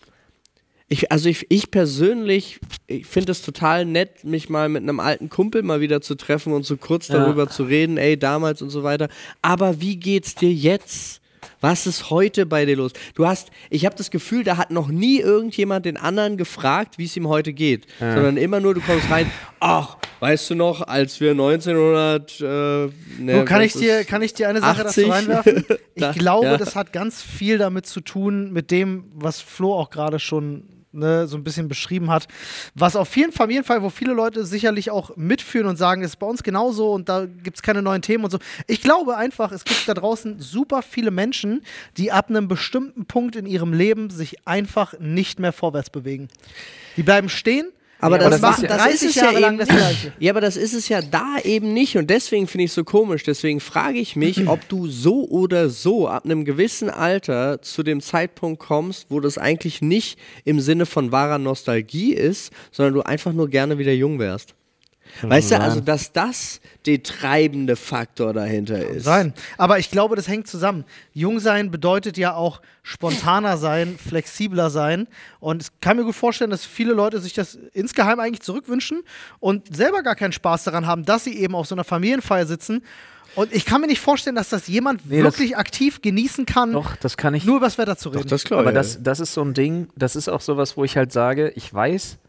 Ich persönlich, ich finde es total nett, mich mal mit einem alten Kumpel mal wieder zu treffen und so kurz darüber zu reden, ey, damals und so weiter. Aber wie geht's dir jetzt? Was ist heute bei dir los? Ich habe das Gefühl, da hat noch nie irgendjemand den anderen gefragt, wie es ihm heute geht. Sondern immer nur, du kommst rein, ach, weißt du noch, als wir 1900... kann ich dir eine Sache 80? dazu reinwerfen? Ich glaube, das hat ganz viel damit zu tun, mit dem, was Flo auch gerade schon so ein bisschen beschrieben hat, was auf jeden Fall, wo viele Leute sicherlich auch mitführen und sagen, es ist bei uns genauso und da gibt es keine neuen Themen und so. Ich glaube einfach, es gibt da draußen super viele Menschen, die ab einem bestimmten Punkt in ihrem Leben sich einfach nicht mehr vorwärts bewegen. Die bleiben stehen. Aber das machen ist 30 Jahre lang das Gleiche. Ja, aber das ist es ja da eben nicht und deswegen finde ich es so komisch. Deswegen frage ich mich, ob du so oder so ab einem gewissen Alter zu dem Zeitpunkt kommst, wo das eigentlich nicht im Sinne von wahrer Nostalgie ist, sondern du einfach nur gerne wieder jung wärst. Weißt du, also dass das der treibende Faktor dahinter ist. Sein. Aber ich glaube, das hängt zusammen. Jung sein bedeutet ja auch spontaner sein, flexibler sein. Und ich kann mir gut vorstellen, dass viele Leute sich das insgeheim eigentlich zurückwünschen und selber gar keinen Spaß daran haben, dass sie eben auf so einer Familienfeier sitzen. Und ich kann mir nicht vorstellen, dass das jemand wirklich aktiv genießen kann, Doch, das kann ich. nur über das Wetter zu reden. Doch, das glaube Aber ich. das ist so ein Ding, das ist auch sowas, wo ich halt sage, ich weiß,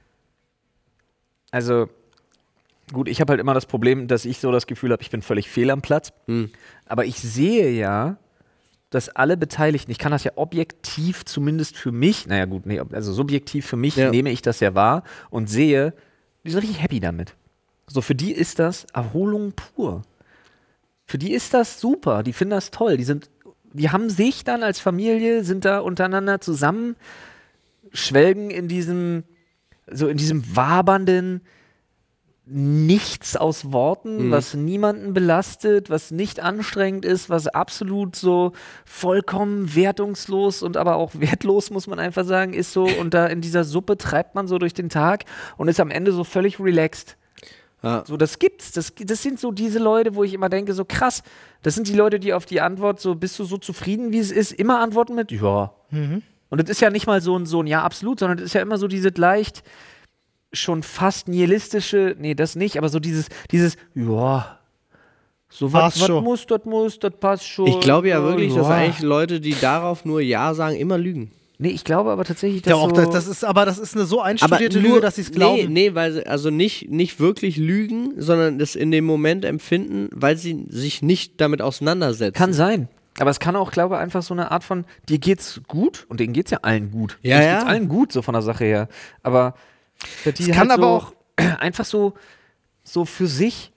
also gut, ich habe halt immer das Problem, dass ich so das Gefühl habe, ich bin völlig fehl am Platz. Aber ich sehe ja, dass alle Beteiligten, ich kann das ja objektiv zumindest für mich, also subjektiv für mich nehme ich das ja wahr und sehe, die sind richtig happy damit. So, für die ist das Erholung pur. Für die ist das super, die finden das toll. Die haben sich dann als Familie, sind da untereinander zusammen, schwelgen in diesem wabernden, nichts aus Worten, was niemanden belastet, was nicht anstrengend ist, was absolut so vollkommen wertungslos und aber auch wertlos, muss man einfach sagen, ist so. Und da in dieser Suppe treibt man so durch den Tag und ist am Ende so völlig relaxed. Ja. So, das gibt's. Das sind so diese Leute, wo ich immer denke, so krass, das sind die Leute, die auf die Antwort so, bist du so zufrieden, wie es ist, immer antworten mit, ja. Und das ist ja nicht mal so ein Ja, absolut, sondern das ist ja immer so dieses leicht schon fast nihilistische, nee, das nicht, aber so dieses, ja, so was muss, das passt schon. Ich glaube ja wirklich, dass eigentlich Leute, die darauf nur Ja sagen, immer lügen. Nee, ich glaube aber tatsächlich, dass das ist eine so einstudierte Lüge, dass sie es glauben. Nee, weil sie also nicht wirklich lügen, sondern das in dem Moment empfinden, weil sie sich nicht damit auseinandersetzen. Kann sein. Aber es kann auch, glaube ich, einfach so eine Art von, dir geht's gut und denen geht's ja allen gut. Ja, Uns ja. geht's allen gut, so von der Sache her. Aber die Es kann halt aber so, auch einfach so für sich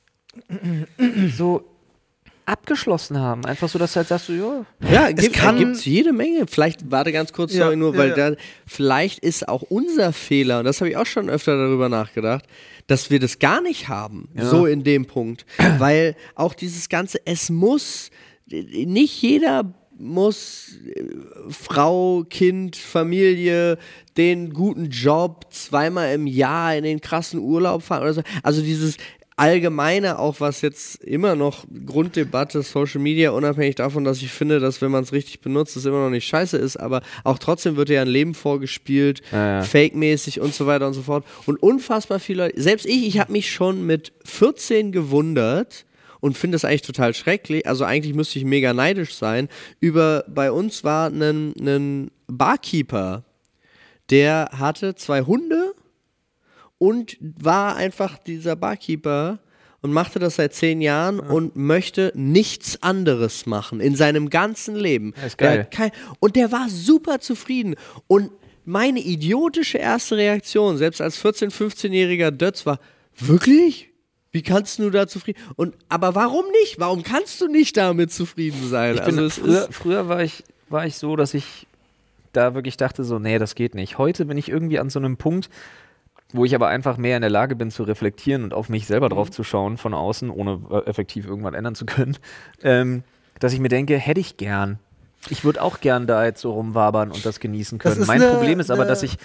so abgeschlossen haben. Einfach so, dass du halt sagst, so, ja. Ja, Es gibt's jede Menge. Vielleicht, warte ganz kurz, Ja, sorry, nur, weil ja. vielleicht ist auch unser Fehler, und das habe ich auch schon öfter darüber nachgedacht, dass wir das gar nicht haben, so in dem Punkt. Weil auch dieses Ganze, nicht jeder muss Frau, Kind, Familie, den guten Job, 2-mal im Jahr in den krassen Urlaub fahren oder so. Also dieses Allgemeine, auch was jetzt immer noch Grunddebatte, Social Media, unabhängig davon, dass ich finde, dass wenn man es richtig benutzt, es immer noch nicht scheiße ist, aber auch trotzdem wird ja ein Leben vorgespielt, fake-mäßig und so weiter und so fort. Und unfassbar viele Leute, selbst ich habe mich schon mit 14 gewundert und finde das eigentlich total schrecklich, also eigentlich müsste ich mega neidisch sein, bei uns war ein Barkeeper, der hatte 2 Hunde und war einfach dieser Barkeeper und machte das seit 10 Jahren und möchte nichts anderes machen in seinem ganzen Leben. Das ist geil. Und der war super zufrieden. Und meine idiotische erste Reaktion, selbst als 14-, 15-jähriger Dötz, war, wirklich? Wie kannst du da zufrieden? Aber warum nicht? Warum kannst du nicht damit zufrieden sein? Früher war ich so, dass ich da wirklich dachte so, nee, das geht nicht. Heute bin ich irgendwie an so einem Punkt, wo ich aber einfach mehr in der Lage bin zu reflektieren und auf mich selber drauf zu schauen von außen, ohne effektiv irgendwas ändern zu können, dass ich mir denke, hätte ich gern. Ich würde auch gern da jetzt so rumwabern und das genießen können. Mein Problem ist aber,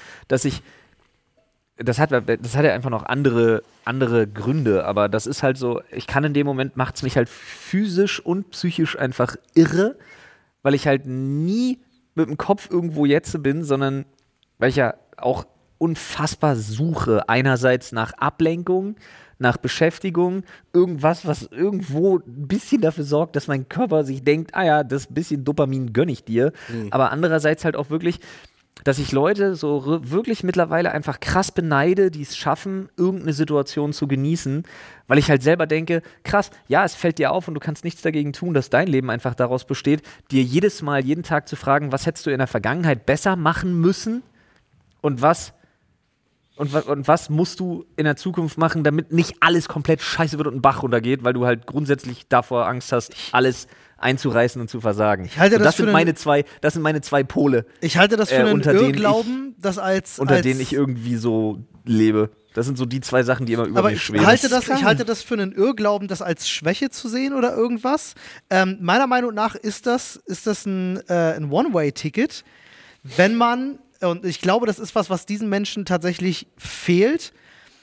das hat ja einfach noch andere Gründe, aber das ist halt so, ich kann in dem Moment, macht es mich halt physisch und psychisch einfach irre, weil ich halt nie mit dem Kopf irgendwo jetzt bin, sondern weil ich ja auch unfassbar suche, einerseits nach Ablenkung, nach Beschäftigung, irgendwas, was irgendwo ein bisschen dafür sorgt, dass mein Körper sich denkt, ah ja, das bisschen Dopamin gönne ich dir, aber andererseits halt auch wirklich, dass ich Leute so wirklich mittlerweile einfach krass beneide, die es schaffen, irgendeine Situation zu genießen, weil ich halt selber denke, krass, ja, es fällt dir auf und du kannst nichts dagegen tun, dass dein Leben einfach daraus besteht, dir jedes Mal, jeden Tag zu fragen, was hättest du in der Vergangenheit besser machen müssen und was musst du in der Zukunft machen, damit nicht alles komplett scheiße wird und einen Bach runtergeht, weil du halt grundsätzlich davor Angst hast, alles einzureißen und zu versagen. Das sind meine zwei Pole. Ich halte das für einen Irrglauben, unter denen ich irgendwie so lebe. Das sind so die 2 Sachen, die immer über mir schweben. Ich halte das für einen Irrglauben, das als Schwäche zu sehen oder irgendwas. Meiner Meinung nach ist das ein One-Way-Ticket, wenn man, und ich glaube, das ist was diesen Menschen tatsächlich fehlt,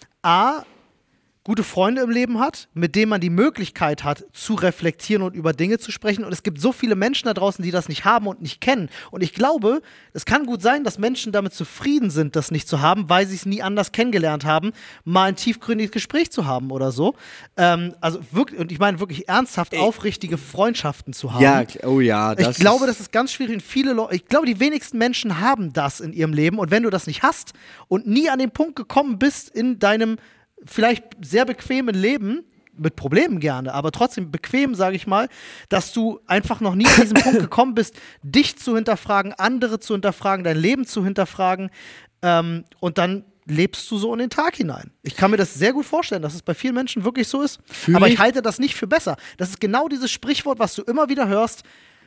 gute Freunde im Leben hat, mit denen man die Möglichkeit hat, zu reflektieren und über Dinge zu sprechen. Und es gibt so viele Menschen da draußen, die das nicht haben und nicht kennen. Und ich glaube, es kann gut sein, dass Menschen damit zufrieden sind, das nicht zu haben, weil sie es nie anders kennengelernt haben, mal ein tiefgründiges Gespräch zu haben oder so. Also wirklich, und ich meine wirklich ernsthaft aufrichtige Freundschaften zu haben. Ja, oh ja. Ich glaube, das ist ganz schwierig. Ich glaube, die wenigsten Menschen haben das in ihrem Leben. Und wenn du das nicht hast und nie an den Punkt gekommen bist in deinem vielleicht sehr bequemen Leben, mit Problemen gerne, aber trotzdem bequem, sage ich mal, dass du einfach noch nie an diesen Punkt gekommen bist, dich zu hinterfragen, andere zu hinterfragen, dein Leben zu hinterfragen, und dann lebst du so in den Tag hinein. Ich kann mir das sehr gut vorstellen, dass es bei vielen Menschen wirklich so ist, aber ich halte das nicht für besser. Das ist genau dieses Sprichwort, was du immer wieder hörst,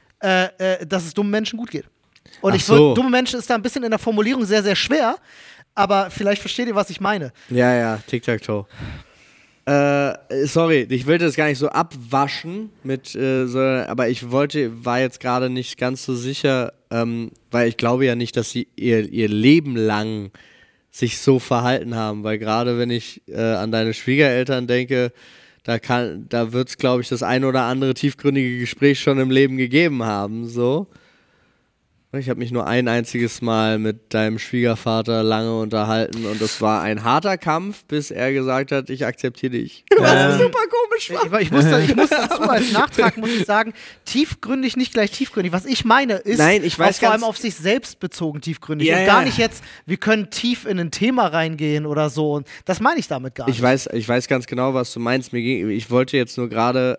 dass es dummen Menschen gut geht. Und dumme Menschen ist da ein bisschen in der Formulierung sehr, sehr schwer, aber vielleicht versteht ihr, was ich meine. Ja, Tic-Tac-Toe. Sorry, ich will das gar nicht so abwaschen aber war jetzt gerade nicht ganz so sicher, weil ich glaube ja nicht, dass sie ihr Leben lang sich so verhalten haben, weil gerade wenn ich an deine Schwiegereltern denke, da wird es, glaube ich, das ein oder andere tiefgründige Gespräch schon im Leben gegeben haben, so. Ich habe mich nur ein einziges Mal mit deinem Schwiegervater lange unterhalten und das war ein harter Kampf, bis er gesagt hat, ich akzeptiere dich. Was super komisch war. Ich muss dazu als Nachtrag muss ich sagen, tiefgründig nicht gleich tiefgründig. Was ich meine ist, Nein, ich weiß vor allem auf sich selbst bezogen tiefgründig. Ja, und gar nicht jetzt, wir können tief in ein Thema reingehen oder so. Und das meine ich damit gar nicht. Ich weiß ganz genau, was du meinst. Ich wollte jetzt nur gerade,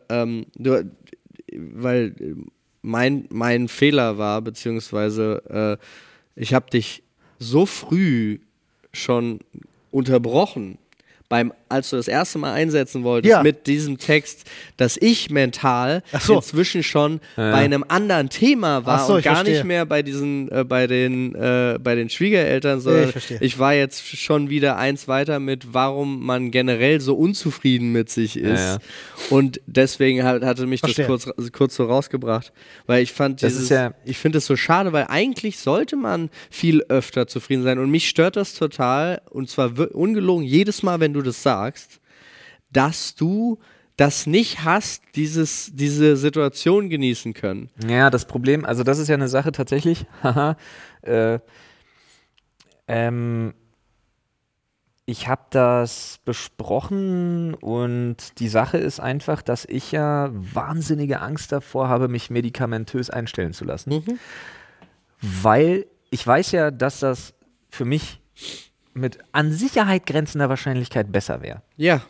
weil mein Fehler war, beziehungsweise ich habe dich so früh schon unterbrochen, als du das erste Mal einsetzen wolltest mit diesem Text, dass ich mental inzwischen schon bei einem anderen Thema war und gar nicht mehr bei den Schwiegereltern, sondern ich war jetzt schon wieder eins weiter mit, warum man generell so unzufrieden mit sich ist. Ja. Und deswegen hatte mich das kurz so rausgebracht, weil ich fand ich finde es so schade, weil eigentlich sollte man viel öfter zufrieden sein und mich stört das total und zwar ungelogen jedes Mal, wenn du das sagst, dass du das nicht hast, diese Situation genießen können. Ja, das Problem, also das ist ja eine Sache tatsächlich, ich habe das besprochen und die Sache ist einfach, dass ich ja wahnsinnige Angst davor habe, mich medikamentös einstellen zu lassen, weil ich weiß ja, dass das für mich mit an Sicherheit grenzender Wahrscheinlichkeit besser wäre. Ja.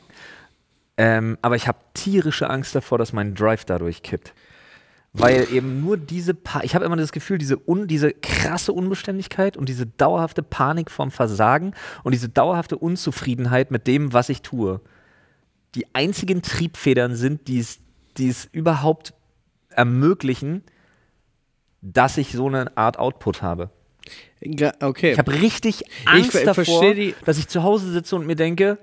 Aber ich habe tierische Angst davor, dass mein Drive dadurch kippt. Weil eben nur ich habe immer das Gefühl, diese krasse Unbeständigkeit und diese dauerhafte Panik vorm Versagen und diese dauerhafte Unzufriedenheit mit dem, was ich tue, die einzigen Triebfedern sind, die es überhaupt ermöglichen, dass ich so eine Art Output habe. Okay. Ich habe richtig Angst davor, dass ich zu Hause sitze und mir denke,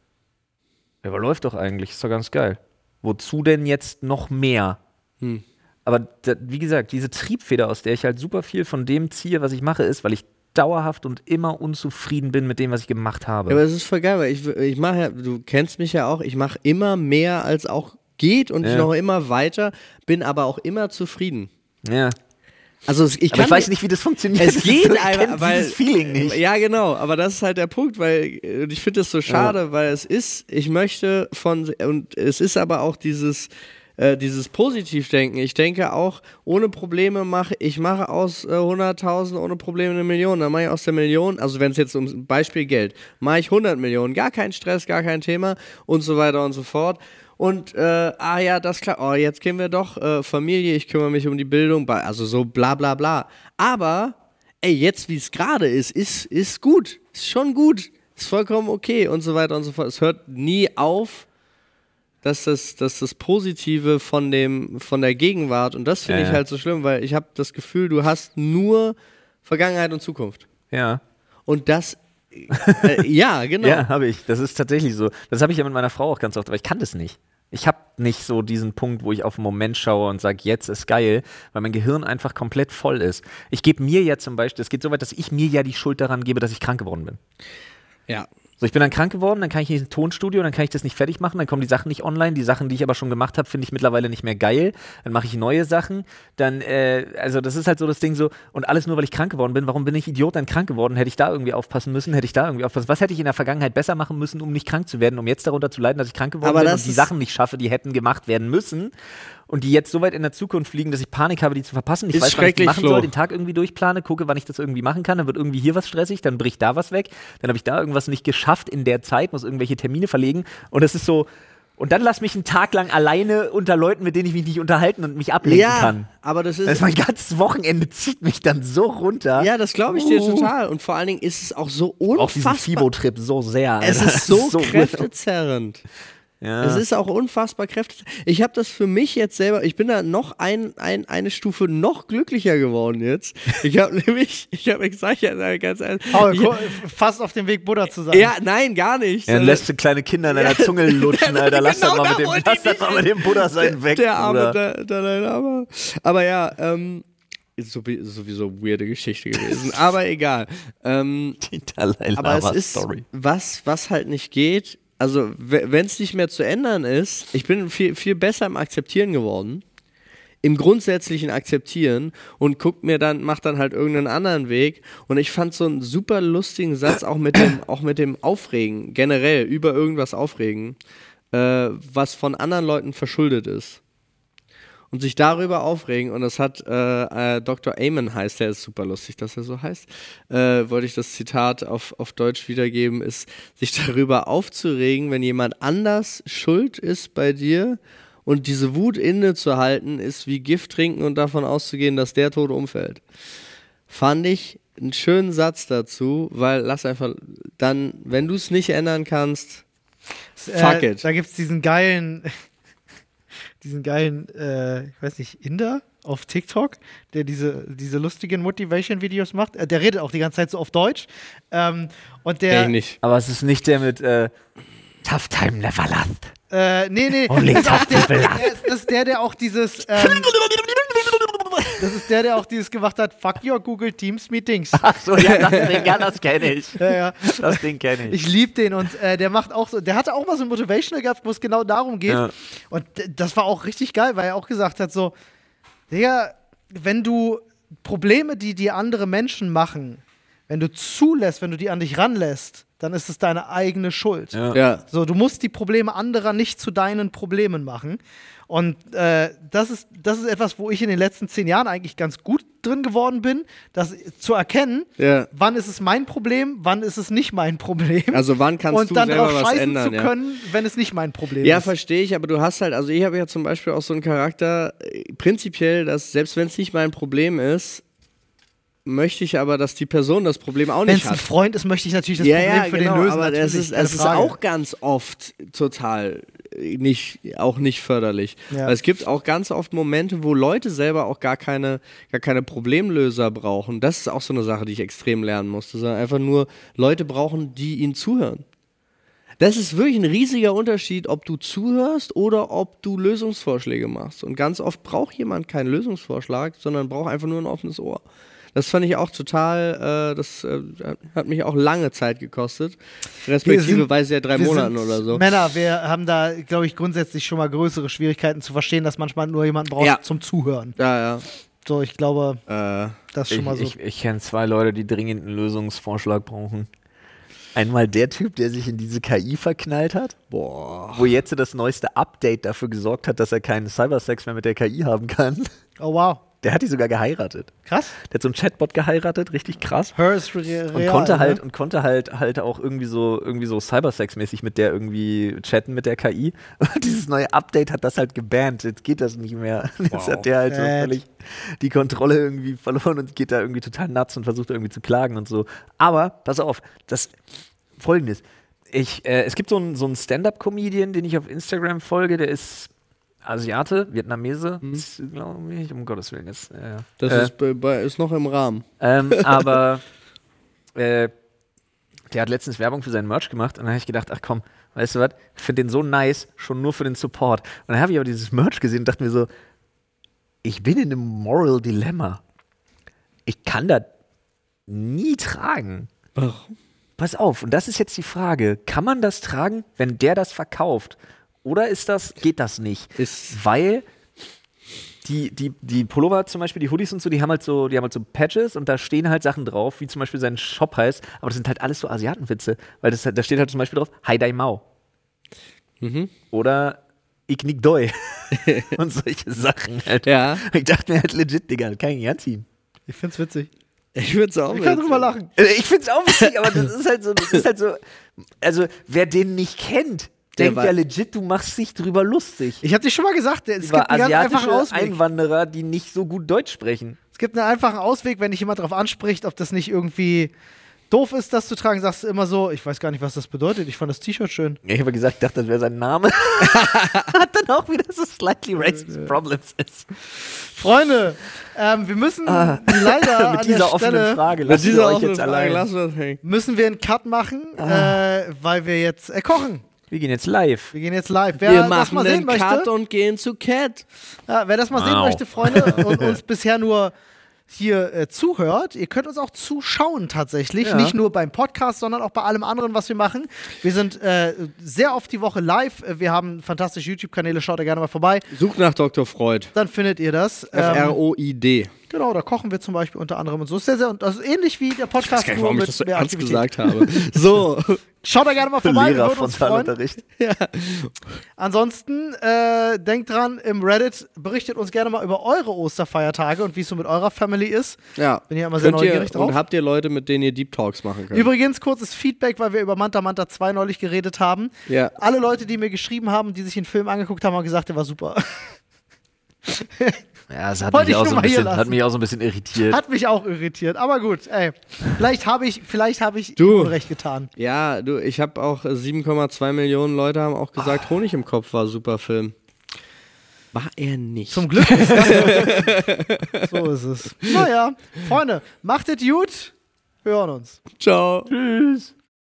ja, aber läuft doch eigentlich, ist doch ganz geil. Wozu denn jetzt noch mehr? Aber wie gesagt, diese Triebfeder, aus der ich halt super viel von dem ziehe, was ich mache, ist, weil ich dauerhaft und immer unzufrieden bin mit dem, was ich gemacht habe. Ja, aber es ist voll geil, weil ich mache ja, du kennst mich ja auch, ich mache immer mehr, als auch geht und ich noch immer weiter, bin aber auch immer zufrieden. Ja. Also ich weiß nicht, wie das funktioniert. Es geht einfach, weil dieses Feeling nicht. Ja, genau, aber das ist halt der Punkt, weil ich finde das so schade, weil ich möchte und es ist aber auch dieses Positivdenken. Ich denke auch, ohne Probleme mache aus 100.000 ohne Probleme 1 Million. Dann mache ich aus der Million, also wenn es jetzt um Beispiel Geld, mache ich 100 Millionen, gar kein Stress, gar kein Thema und so weiter und so fort. Und, das klar, jetzt gehen wir doch, Familie, ich kümmere mich um die Bildung, also so bla bla bla. Aber, jetzt wie es gerade ist gut, ist schon gut, ist vollkommen okay und so weiter und so fort. Es hört nie auf, dass das Positive von der Gegenwart, und das finde ich halt so schlimm, weil ich habe das Gefühl, du hast nur Vergangenheit und Zukunft. Ja. Und das ja, genau. Ja, habe ich. Das ist tatsächlich so. Das habe ich ja mit meiner Frau auch ganz oft, aber ich kann das nicht. Ich habe nicht so diesen Punkt, wo ich auf den Moment schaue und sage, jetzt ist geil, weil mein Gehirn einfach komplett voll ist. Ich gebe mir ja zum Beispiel, es geht so weit, dass ich mir ja die Schuld daran gebe, dass ich krank geworden bin. Ja. So, ich bin dann krank geworden, dann kann ich nicht ins Tonstudio, dann kann ich das nicht fertig machen, dann kommen die Sachen nicht online. Die Sachen, die ich aber schon gemacht habe, finde ich mittlerweile nicht mehr geil. Dann mache ich neue Sachen. Dann, also das ist halt so das Ding so, und alles nur, weil ich krank geworden bin. Warum bin ich Idiot dann krank geworden? Hätte ich da irgendwie aufpassen müssen? Was hätte ich in der Vergangenheit besser machen müssen, um nicht krank zu werden, um jetzt darunter zu leiden, dass ich krank geworden bin und die Sachen nicht schaffe, die hätten gemacht werden müssen? Und die jetzt so weit in der Zukunft liegen, dass ich Panik habe, die zu verpassen. Ich weiß, was ich machen soll, den Tag irgendwie durchplane, gucke, wann ich das irgendwie machen kann, dann wird irgendwie hier was stressig, dann bricht da was weg, dann habe ich da irgendwas nicht geschafft in der Zeit, muss irgendwelche Termine verlegen und das ist so, und dann lass mich einen Tag lang alleine unter Leuten, mit denen ich mich nicht unterhalten und mich ablenken kann. Aber das ist... Also mein ganzes Wochenende zieht mich dann so runter. Ja, das glaube ich dir total. Und vor allen Dingen ist es auch so unfassbar... Auch diesen FIBO-Trip so sehr. Es ist so kräftezerrend. Ja. Es ist auch unfassbar kräftig. Ich habe das für mich jetzt selber, ich bin da noch eine Stufe noch glücklicher geworden jetzt. Ich habe gesagt, ganz ehrlich. Paul, fast auf dem Weg, Buddha zu sein. Ja, nein, gar nicht. Dann lässt du kleine Kinder in deiner Zunge lutschen, Alter. Lass das Genau, mal mit dem Buddha sein weg, Der arme Bruder. Dalai Lama. Aber ja, ist sowieso weirde Geschichte gewesen. Aber egal. Die Dalai Aber es ist, Lama-Story. was halt nicht geht, also wenn es nicht mehr zu ändern ist, ich bin viel, viel besser im Akzeptieren geworden, im grundsätzlichen Akzeptieren und mach dann halt irgendeinen anderen Weg und ich fand so einen super lustigen Satz auch mit dem Aufregen, generell über irgendwas aufregen, was von anderen Leuten verschuldet ist. Und sich darüber aufregen, und das hat Dr. Amen heißt, der ist super lustig, dass er so heißt, wollte ich das Zitat auf Deutsch wiedergeben, ist, sich darüber aufzuregen, wenn jemand anders schuld ist bei dir und diese Wut innezuhalten, ist wie Gift trinken und davon auszugehen, dass der tot umfällt. Fand ich einen schönen Satz dazu, weil lass einfach dann, wenn du es nicht ändern kannst, fuck it. Da gibt es diesen geilen, ich weiß nicht, Inder auf TikTok, der diese lustigen Motivation-Videos macht. Der redet auch die ganze Zeit so auf Deutsch. Und der. Nicht. Aber es ist nicht der mit Tough Time Never Last. Nee. Only tough people last. Das ist der auch dieses. Das ist der auch dieses gemacht hat, fuck your Google Teams Meetings. Ach so, ja, das kenne ich. Ja. Das Ding kenne ich. Ich liebe den und der macht auch so, der hatte auch mal so ein Motivational gehabt, wo es genau darum geht. Ja. Und das war auch richtig geil, weil er auch gesagt hat so, Digga, wenn du Probleme, die dir andere Menschen machen, wenn du zulässt, wenn du die an dich ranlässt, dann ist es deine eigene Schuld. Ja. So, du musst die Probleme anderer nicht zu deinen Problemen machen. Und das ist etwas, wo ich in den letzten 10 Jahren eigentlich ganz gut drin geworden bin, das zu erkennen, wann ist es mein Problem, wann ist es nicht mein Problem. Also wann kannst und du dann selber drauf was scheißen ändern, zu können, wenn es nicht mein Problem ist. Ja, verstehe ich, aber du hast halt, also ich habe ja zum Beispiel auch so einen Charakter, prinzipiell, dass selbst wenn es nicht mein Problem ist, möchte ich aber, dass die Person das Problem auch Wenn nicht es hat. ein Freund ist, möchte ich natürlich das Problem für den lösen. Aber es natürlich, ist keine Frage. auch ganz oft total nicht förderlich. Ja. Weil es gibt auch ganz oft Momente, wo Leute selber auch gar keine Problemlöser brauchen. Das ist auch so eine Sache, die ich extrem lernen musste. Sondern einfach nur Leute brauchen, die ihnen zuhören. Das ist wirklich ein riesiger Unterschied, ob du zuhörst oder ob du Lösungsvorschläge machst. Und ganz oft braucht jemand keinen Lösungsvorschlag, sondern braucht einfach nur ein offenes Ohr. Das fand ich auch total, das hat mich auch lange Zeit gekostet. Respektive bei sehr 3 Monaten oder so. Männer, wir haben da, glaube ich, grundsätzlich schon mal größere Schwierigkeiten zu verstehen, dass manchmal nur jemanden braucht zum Zuhören. Ja. So, ich glaube, das ist schon mal so. Ich kenne 2 Leute, die dringend einen Lösungsvorschlag brauchen. Einmal der Typ, der sich in diese KI verknallt hat. Boah. Wo jetzt das neueste Update dafür gesorgt hat, dass er keinen Cybersex mehr mit der KI haben kann. Oh, wow. Der hat die sogar geheiratet. Krass. Der hat so einen Chatbot geheiratet, richtig krass. Her ist real, Und konnte halt auch irgendwie so Cybersex-mäßig mit der irgendwie chatten mit der KI. Und dieses neue Update hat das halt gebannt. Jetzt geht das nicht mehr. Jetzt hat der halt so völlig die Kontrolle irgendwie verloren und geht da irgendwie total nuts und versucht irgendwie zu klagen und so. Aber, pass auf, Folgendes. Es gibt so einen Stand-Up-Comedian, den ich auf Instagram folge, der ist Asiate, Vietnamese, glaube ich, um Gottes Willen. Das ist noch im Rahmen. Aber der hat letztens Werbung für seinen Merch gemacht und dann habe ich gedacht, ach komm, weißt du was, ich finde den so nice, schon nur für den Support. Und dann habe ich aber dieses Merch gesehen und dachte mir so, ich bin in einem Moral Dilemma. Ich kann das nie tragen. Warum? Pass auf, und das ist jetzt die Frage, kann man das tragen, wenn der das verkauft? Oder geht das nicht? Weil die Pullover zum Beispiel, die Hoodies und so, die haben halt so Patches und da stehen halt Sachen drauf, wie zum Beispiel sein Shop heißt, aber das sind halt alles so Asiatenwitze, weil da steht halt zum Beispiel drauf, Hai Dai Mao. Oder Ich Nick Doi. Und solche Sachen halt. Ja. Ich dachte mir halt legit, Digga, das kann ich nicht anziehen. Ich find's witzig. Ich würde es auch Ich kann drüber lachen. Ich find's auch witzig, aber das ist halt so, also wer den nicht kennt, denkt ja legit, du machst dich drüber lustig. Ich habe dir schon mal gesagt, es Über gibt einen ganz einfachen asiatische Ausweg. Einwanderer, die nicht so gut Deutsch sprechen. Es gibt einen einfachen Ausweg, wenn dich jemand darauf anspricht, ob das nicht irgendwie doof ist, das zu tragen, sagst du immer so, ich weiß gar nicht, was das bedeutet. Ich fand das T-Shirt schön. Ich habe gesagt, ich dachte, das wäre sein Name. Hat dann auch wieder so slightly racist problems ist. Freunde, wir müssen leider Mit an dieser der offenen Stelle Frage Mit lassen wir dieser euch offenen jetzt Frage allein. lassen wir das hängen. müssen wir einen Cut machen, weil wir jetzt kochen. Wir gehen jetzt live. Wir gehen jetzt live. Wer Wir das machen mal sehen einen Cut möchte, und gehen zu Cat. ja, wer das mal sehen Wow. möchte, Freunde, und uns bisher nur hier zuhört, ihr könnt uns auch zuschauen tatsächlich, Ja. nicht nur beim Podcast, sondern auch bei allem anderen, was wir machen. Wir sind sehr oft die Woche live. Wir haben fantastische YouTube-Kanäle, schaut da gerne mal vorbei. Sucht nach Dr. Freud. Dann findet ihr das. F-R-O-I-D. Genau, da kochen wir zum Beispiel unter anderem und so. Ist sehr, sehr, und das ist ähnlich wie der Ich Podcast, weiß gar nicht, warum ich das so mehr ernst Aktivität. gesagt habe. So. Schaut da gerne mal vorbei, wir Lehrer würden von uns freuen. Frontalunterricht. Ansonsten denkt dran, im Reddit berichtet uns gerne mal über eure Osterfeiertage und wie es so mit eurer Family ist. Ja. Bin ja immer sehr Könnt ihr, neugierig drauf. und habt ihr Leute, mit denen ihr Deep Talks machen könnt? Übrigens, kurzes Feedback, weil wir über Manta Manta 2 neulich geredet haben. Ja. Alle Leute, die mir geschrieben haben, die sich den Film angeguckt haben, haben gesagt, der war super. Ja, das hat Wollte mich, ich auch nur so mal ein hier bisschen, lassen. hat mich auch so ein bisschen irritiert. Hat mich auch irritiert. Aber gut, ey. Vielleicht habe ich Du. ihm Unrecht getan. Ja, du, ich habe auch 7,2 Millionen Leute haben auch gesagt, Honig im Kopf war ein super Film. War er nicht. Zum Glück ist das so ist es. Naja, Freunde, macht es gut. Wir hören uns. Ciao. Tschüss.